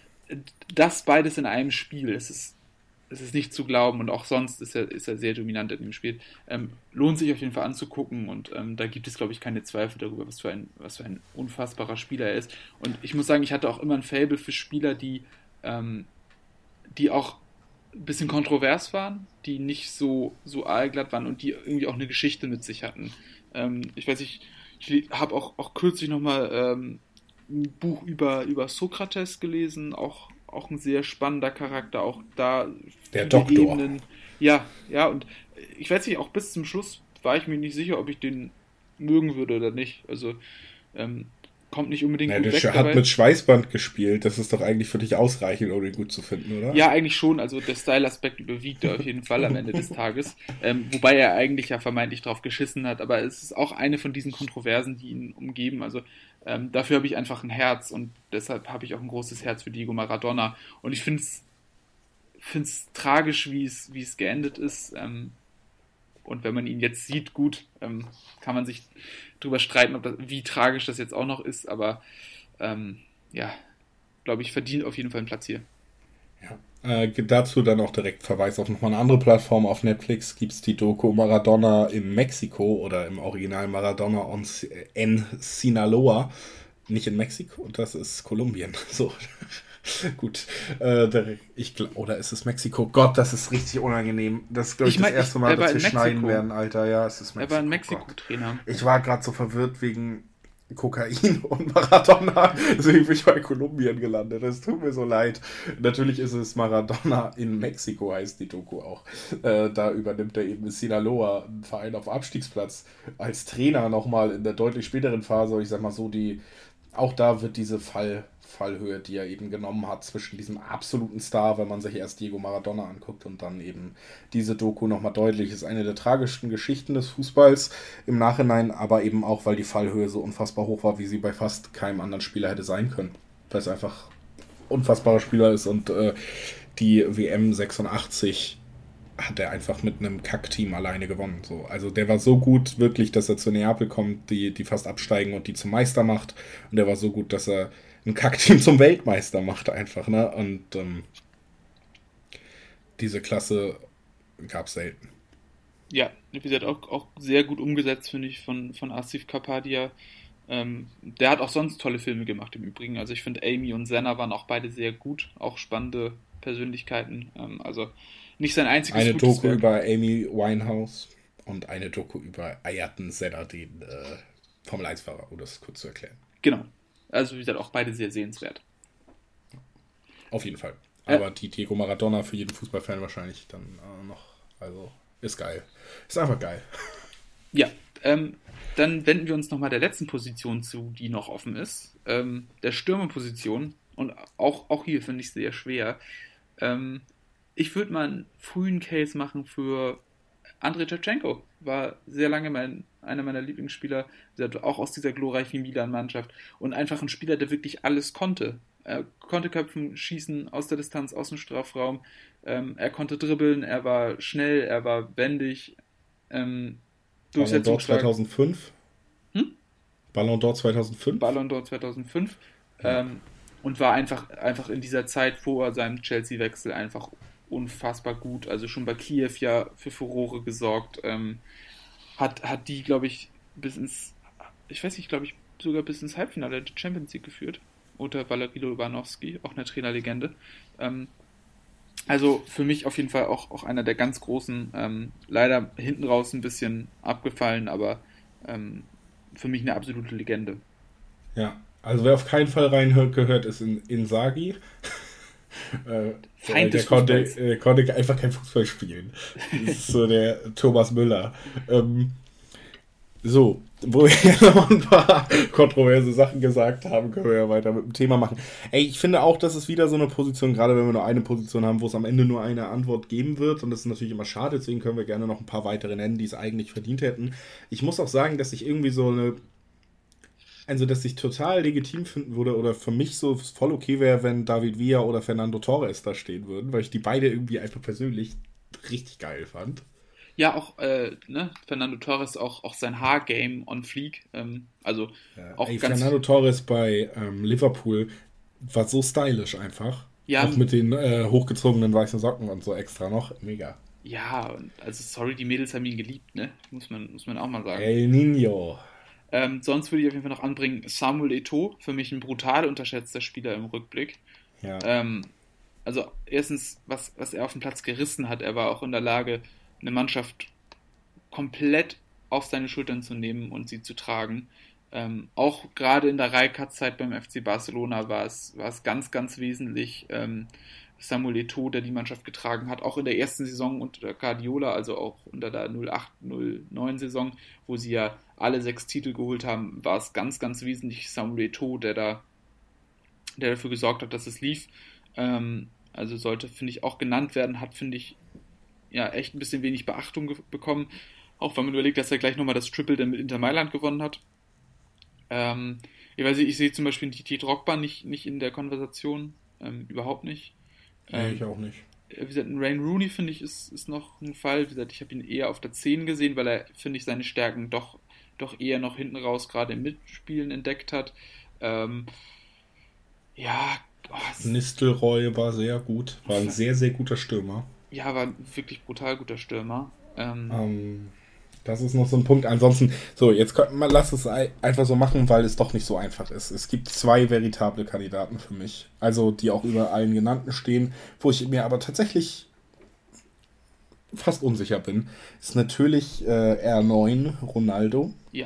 das beides in einem Spiel. Es ist, es ist nicht zu glauben und auch sonst ist er, ist er sehr dominant in dem Spiel. Ähm, lohnt sich auf jeden Fall anzugucken und ähm, da gibt es, glaube ich, keine Zweifel darüber, was für ein, was für ein unfassbarer Spieler er ist. Und ich muss sagen, ich hatte auch immer ein Faible für Spieler, die, ähm, die auch ein bisschen kontrovers waren, die nicht so, so aalglatt waren und die irgendwie auch eine Geschichte mit sich hatten. Ähm, ich weiß nicht, ich habe auch, auch kürzlich nochmal ähm, ein Buch über, über Sokrates gelesen, auch, auch ein sehr spannender Charakter, auch da der Doktor. Ebenen. Ja, ja, und ich weiß nicht, auch bis zum Schluss war ich mir nicht sicher, ob ich den mögen würde oder nicht. Also ähm, kommt nicht unbedingt ja, gut der weg. hat dabei. Mit Schweißband gespielt, das ist doch eigentlich für dich ausreichend, um ihn gut zu finden, oder? Ja, eigentlich schon, also der Style-Aspekt überwiegt auf jeden Fall am Ende des Tages, ähm, wobei er eigentlich ja vermeintlich drauf geschissen hat, aber es ist auch eine von diesen Kontroversen, die ihn umgeben, also ähm, dafür habe ich einfach ein Herz und deshalb habe ich auch ein großes Herz für Diego Maradona und ich finde es finde es tragisch, wie es wie es geendet ist, ähm, und wenn man ihn jetzt sieht, gut, ähm, kann man sich drüber streiten, ob das, wie tragisch das jetzt auch noch ist, aber ähm, ja, glaube ich, verdient auf jeden Fall einen Platz hier. Ja. Äh, dazu dann auch direkt Verweis auf nochmal eine andere Plattform. Auf Netflix gibt es die Doku Maradona in Mexiko oder im Original Maradona en Sinaloa. Nicht in Mexiko, das ist Kolumbien. So. Gut, äh, der, ich glaub, oder ist es Mexiko? Gott, das ist richtig unangenehm. Das ist, glaube ich, ich mein, das erste Mal, dass wir schneiden werden, Alter. Ja, es ist Mexiko. Er war ein Mexiko-Trainer. Ich war gerade so verwirrt wegen Kokain und Maradona. Deswegen bin ich bei Kolumbien gelandet. Das tut mir so leid. Natürlich ist es Maradona in Mexiko, heißt die Doku auch. Äh, da übernimmt er eben Sinaloa, einen Verein auf Abstiegsplatz, als Trainer nochmal in der deutlich späteren Phase. Ich sag mal so, die auch da wird diese Fall, Fallhöhe, die er eben genommen hat, zwischen diesem absoluten Star, wenn man sich erst Diego Maradona anguckt und dann eben diese Doku nochmal deutlich, ist eine der tragischsten Geschichten des Fußballs im Nachhinein, aber eben auch, weil die Fallhöhe so unfassbar hoch war, wie sie bei fast keinem anderen Spieler hätte sein können. Weil es einfach ein unfassbarer Spieler ist und äh, die W M sechsundachtzig hat er einfach mit einem Kackteam alleine gewonnen. So. Also der war so gut, wirklich, dass er zu Neapel kommt, die, die fast absteigen und die zum Meister macht. Und der war so gut, dass er ein Kackteam zum Weltmeister macht einfach. Ne? Und ähm, diese Klasse gab es selten. Ja, wie gesagt, auch, auch sehr gut umgesetzt, finde ich, von, von Asif Kapadia. Ähm, der hat auch sonst tolle Filme gemacht im Übrigen. Also ich finde, Amy und Senna waren auch beide sehr gut. Auch spannende Persönlichkeiten. Ähm, also nicht sein einziges Eine gutes Doku Werk. über Amy Winehouse und eine Doku über Ayrton Senna, den äh, Formel eins Fahrer, um das kurz zu erklären. Genau. Also wie gesagt, auch beide sehr sehenswert. Auf jeden Fall. Aber äh, die Diego Maradona für jeden Fußballfan wahrscheinlich dann äh, noch, also ist geil. Ist einfach geil. Ja, ähm, dann wenden wir uns nochmal der letzten Position zu, die noch offen ist. Ähm, der Stürmerposition. Und auch, auch hier finde ich es sehr schwer. Ähm, ich würde mal einen frühen Case machen für Andrei Shevchenko. War sehr lange mein, einer meiner Lieblingsspieler, auch aus dieser glorreichen Milan-Mannschaft. Und einfach ein Spieler, der wirklich alles konnte. Er konnte köpfen, schießen aus der Distanz, aus dem Strafraum. Ähm, er konnte dribbeln, er war schnell, er war wendig. Ähm, Ballon d'Or zweitausendfünf? Hm? Ballon d'Or zweitausendfünf? Ballon d'Or zweitausendfünf. Ja. Ähm, und war einfach, einfach in dieser Zeit vor seinem Chelsea-Wechsel einfach unfassbar gut. Also schon bei Kiew ja für Furore gesorgt. Ähm, hat, hat die, glaube ich, bis ins, ich weiß nicht, glaube ich, sogar bis ins Halbfinale der Champions League geführt. Unter Valery Lobanowski, auch eine Trainerlegende. Ähm, also für mich auf jeden Fall auch, auch einer der ganz großen, ähm, leider hinten raus ein bisschen abgefallen, aber ähm, für mich eine absolute Legende. Ja, also wer auf keinen Fall reingehört, ist in Inzaghi. äh, Feind der konnte, äh, konnte einfach kein Fußball spielen. Das ist so der Thomas Müller. Ähm, so, wo wir noch ein paar kontroverse Sachen gesagt haben, können wir ja weiter mit dem Thema machen. Ey, ich finde auch, das ist wieder so eine Position, gerade wenn wir nur eine Position haben, wo es am Ende nur eine Antwort geben wird. Und das ist natürlich immer schade, deswegen können wir gerne noch ein paar weitere nennen, die es eigentlich verdient hätten. Ich muss auch sagen, dass ich irgendwie so eine... Also, dass ich total legitim finden würde oder für mich so voll okay wäre, wenn David Villa oder Fernando Torres da stehen würden, weil ich die beide irgendwie einfach persönlich richtig geil fand. Ja, auch äh, ne, Fernando Torres, auch, auch sein Haargame on fleek. Ähm, also Ja, auch ey, ganz. Fernando Torres bei ähm, Liverpool war so stylisch einfach. Ja, Auch mit den äh, hochgezogenen weißen Socken und so extra noch. Mega. ja, also sorry, die Mädels haben ihn geliebt, ne? Muss man, muss man auch mal sagen. El Nino. Ähm, sonst würde ich auf jeden Fall noch anbringen, Samuel Eto'o, für mich ein brutal unterschätzter Spieler im Rückblick. Ja. Ähm, also erstens, was, was er auf dem Platz gerissen hat, er war auch in der Lage, eine Mannschaft komplett auf seine Schultern zu nehmen und sie zu tragen. Ähm, auch gerade in der Rijkaard-Zeit beim F C Barcelona war es, war es ganz, ganz wesentlich ähm, Samuel Eto'o, der die Mannschaft getragen hat. Auch in der ersten Saison unter Guardiola, also auch unter der null acht null neun Saison, wo sie ja alle sechs Titel geholt haben, war es ganz, ganz wesentlich Samuel Eto'o, der da der dafür gesorgt hat, dass es lief. Ähm, also sollte, finde ich, auch genannt werden, hat, finde ich, ja, echt ein bisschen wenig Beachtung ge- bekommen. Auch wenn man überlegt, dass er gleich nochmal das Triple dann mit Inter Mailand gewonnen hat. Ähm, ich weiß nicht, ich sehe zum Beispiel Didier Drogba nicht, nicht in der Konversation. Ähm, überhaupt nicht. Nee, Ähm, ich auch nicht. wie gesagt, ein Wayne Rooney, finde ich, ist, ist noch ein Fall. Wie gesagt, ich habe ihn eher auf der zehn gesehen, weil er, finde ich, seine Stärken doch, doch eher noch hinten raus gerade im Mitspielen entdeckt hat. Ähm, ja, oh, es, Nistelrooy war sehr gut. War ein sehr, sehr guter Stürmer. ja, war ein wirklich brutal guter Stürmer. Ähm, Ähm, das ist noch so ein Punkt. Ansonsten, so, jetzt könnten wir, lass es ei- einfach so machen, weil es doch nicht so einfach ist. Es gibt zwei veritable Kandidaten für mich. Also, die auch über allen genannten stehen, wo ich mir aber tatsächlich fast unsicher bin. Ist natürlich äh, R neun Ronaldo ja.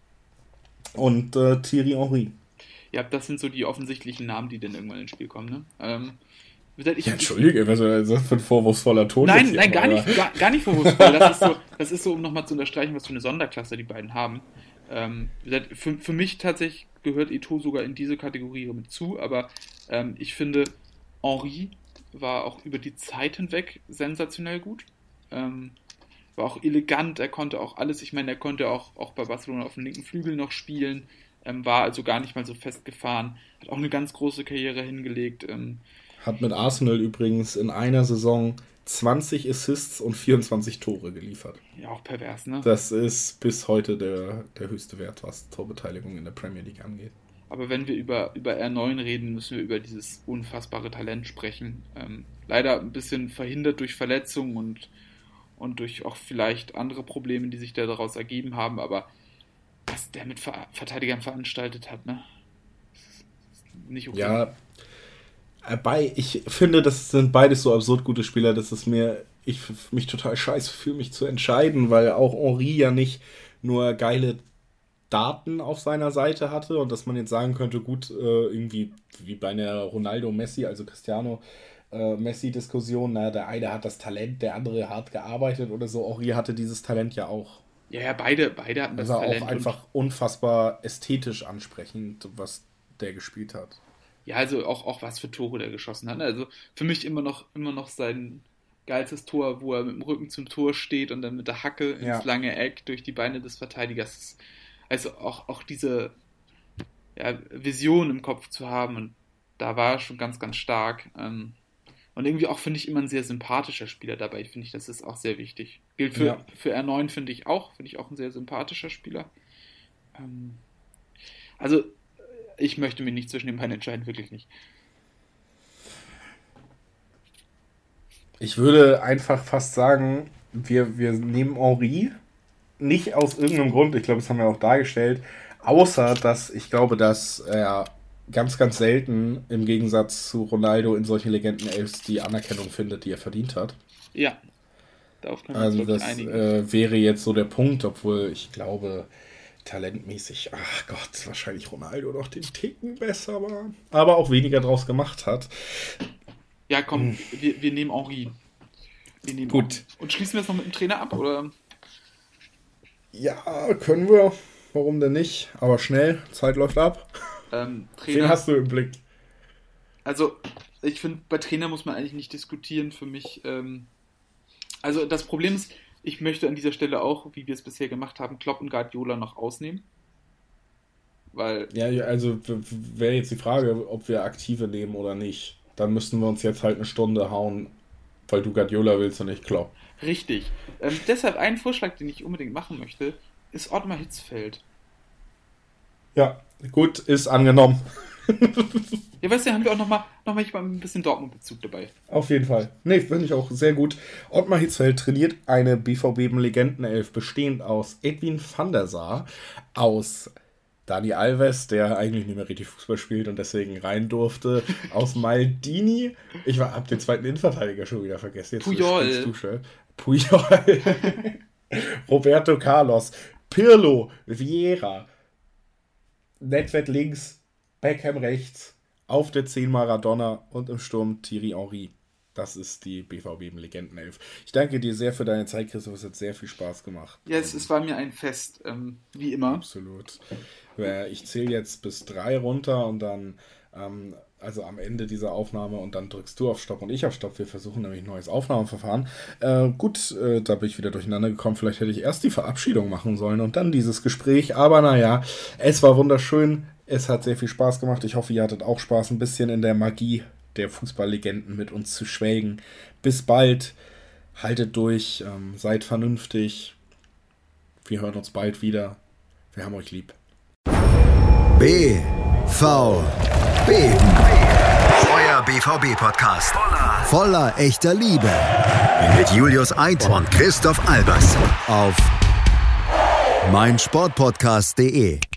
und äh, Thierry Henry. Ja, das sind so die offensichtlichen Namen, die dann irgendwann ins Spiel kommen, ne? Ähm, wie gesagt, ich, Ja, Entschuldige, was ist das für ein vorwurfsvoller Ton? Nein, jetzt hier nein, gar mal, nicht, gar, gar nicht vorwurfsvoll. Das ist so, das ist so, um nochmal zu unterstreichen, was für eine Sonderklasse die beiden haben. Ähm, wie gesagt, für, für mich tatsächlich gehört Eto'o sogar in diese Kategorie mit zu, aber ähm, ich finde, Henry war auch über die Zeit hinweg sensationell gut. Ähm, war auch elegant, er konnte auch alles, ich meine, er konnte auch, auch bei Barcelona auf dem linken Flügel noch spielen, ähm, war also gar nicht mal so festgefahren, hat auch eine ganz große Karriere hingelegt. Ähm, Hat mit Arsenal übrigens in einer Saison zwanzig Assists und vierundzwanzig Tore geliefert. ja, auch pervers, ne? Das ist bis heute der, der höchste Wert, was Torbeteiligung in der Premier League angeht. Aber wenn wir über, über R neun reden, müssen wir über dieses unfassbare Talent sprechen. Ähm, leider ein bisschen verhindert durch Verletzungen und, und durch auch vielleicht andere Probleme, die sich da daraus ergeben haben. Aber was der mit Ver Verteidigern veranstaltet hat, ne? Das ist nicht okay. Ja, bei, ich finde, das sind beides so absurd gute Spieler, dass es mir, ich f- mich total scheiße fühle, mich zu entscheiden, weil auch Henry ja nicht nur geile Daten auf seiner Seite hatte und dass man jetzt sagen könnte, gut, äh, irgendwie wie bei einer Ronaldo-Messi, also Cristiano äh, Messi-Diskussion, na, der eine hat das Talent, der andere hart gearbeitet oder so. Henry hatte dieses Talent ja auch. Ja, ja, beide, beide hatten das Das war Talent. auch einfach unfassbar ästhetisch ansprechend, was der gespielt hat. Ja, also auch, auch was für Tore der geschossen hat. Also für mich immer noch, immer noch sein geilstes Tor, wo er mit dem Rücken zum Tor steht und dann mit der Hacke ins Ja. lange Eck durch die Beine des Verteidigers. Also auch, auch diese ja, Vision im Kopf zu haben und da war er schon ganz, ganz stark. Ähm, und irgendwie auch, finde ich, immer ein sehr sympathischer Spieler dabei. Finde ich, das ist auch sehr wichtig. Gilt für, Ja. für R neun, finde ich auch. Finde ich auch ein sehr sympathischer Spieler. Ähm, also ich möchte mich nicht zwischen den beiden entscheiden, wirklich nicht. Ich würde einfach fast sagen, wir, wir nehmen Henry nicht aus irgendeinem Grund, ich glaube, das haben wir auch dargestellt, außer dass ich glaube, dass er ganz, ganz selten im Gegensatz zu Ronaldo in solchen Legenden-Elfs die Anerkennung findet, die er verdient hat. Ja, darauf können wir uns, Also glaube ich, das einigen. äh, wäre jetzt so der Punkt, obwohl ich glaube, talentmäßig, ach Gott, wahrscheinlich Ronaldo noch den Ticken besser war, aber auch weniger draus gemacht hat. Ja, komm, wir, wir nehmen Henry. Wir nehmen Gut. Henry. Und schließen wir es noch mit dem Trainer ab, oder? Ja, können wir. Warum denn nicht? Aber schnell, Zeit läuft ab. Ähm, Wen Trainer, hast du im Blick? also ich finde, bei Trainer muss man eigentlich nicht diskutieren für mich. Ähm, also das Problem ist, ich möchte an dieser Stelle auch, wie wir es bisher gemacht haben, Klopp und Guardiola noch ausnehmen. Weil, Ja, ja, also w- w- wäre jetzt die Frage, ob wir aktive nehmen oder nicht. Dann müssten wir uns jetzt halt eine Stunde hauen Weil du Guardiola willst und ich Klopp. Richtig. Ähm, deshalb ein Vorschlag, den ich unbedingt machen möchte, ist Ottmar Hitzfeld. Ja, gut, ist angenommen. Ja, weißt du, haben wir auch nochmal noch mal ein bisschen Dortmund-Bezug dabei. Auf jeden Fall. Nee, finde ich auch sehr gut. Ottmar Hitzfeld trainiert eine B V B-Legendenelf, bestehend aus Edwin van der Sar, aus Dani Alves, der eigentlich nicht mehr richtig Fußball spielt und deswegen rein durfte, aus Maldini, ich war, hab den zweiten Innenverteidiger schon wieder vergessen. Jetzt Puyol. Du schon. Puyol. Roberto Carlos, Pirlo, Vieira, Nedved links, Beckham rechts, auf der zehn Maradona und im Sturm Thierry Henry. Das ist die B V B-Legendenelf. Ich danke dir sehr für deine Zeit, Christoph. Es hat sehr viel Spaß gemacht. Ja, es, es war mir ein Fest, ähm, wie immer. Absolut. Ich zähle jetzt bis drei runter und dann, ähm, also am Ende dieser Aufnahme, und dann drückst du auf Stopp und ich auf Stopp. Wir versuchen nämlich ein neues Aufnahmeverfahren. Äh, gut, äh, da bin ich wieder durcheinander gekommen. Vielleicht hätte ich erst die Verabschiedung machen sollen und dann dieses Gespräch. Aber naja, es war wunderschön. Es hat sehr viel Spaß gemacht. Ich hoffe, ihr hattet auch Spaß, ein bisschen in der Magie der Fußballlegenden mit uns zu schwelgen. Bis bald. Haltet durch. Ähm, seid vernünftig. Wir hören uns bald wieder. Wir haben euch lieb. B V B. Euer B V B-Podcast. Voller, voller echter Liebe. Mit Julius Eid und Christoph Albers. Auf meinsportpodcast punkt de.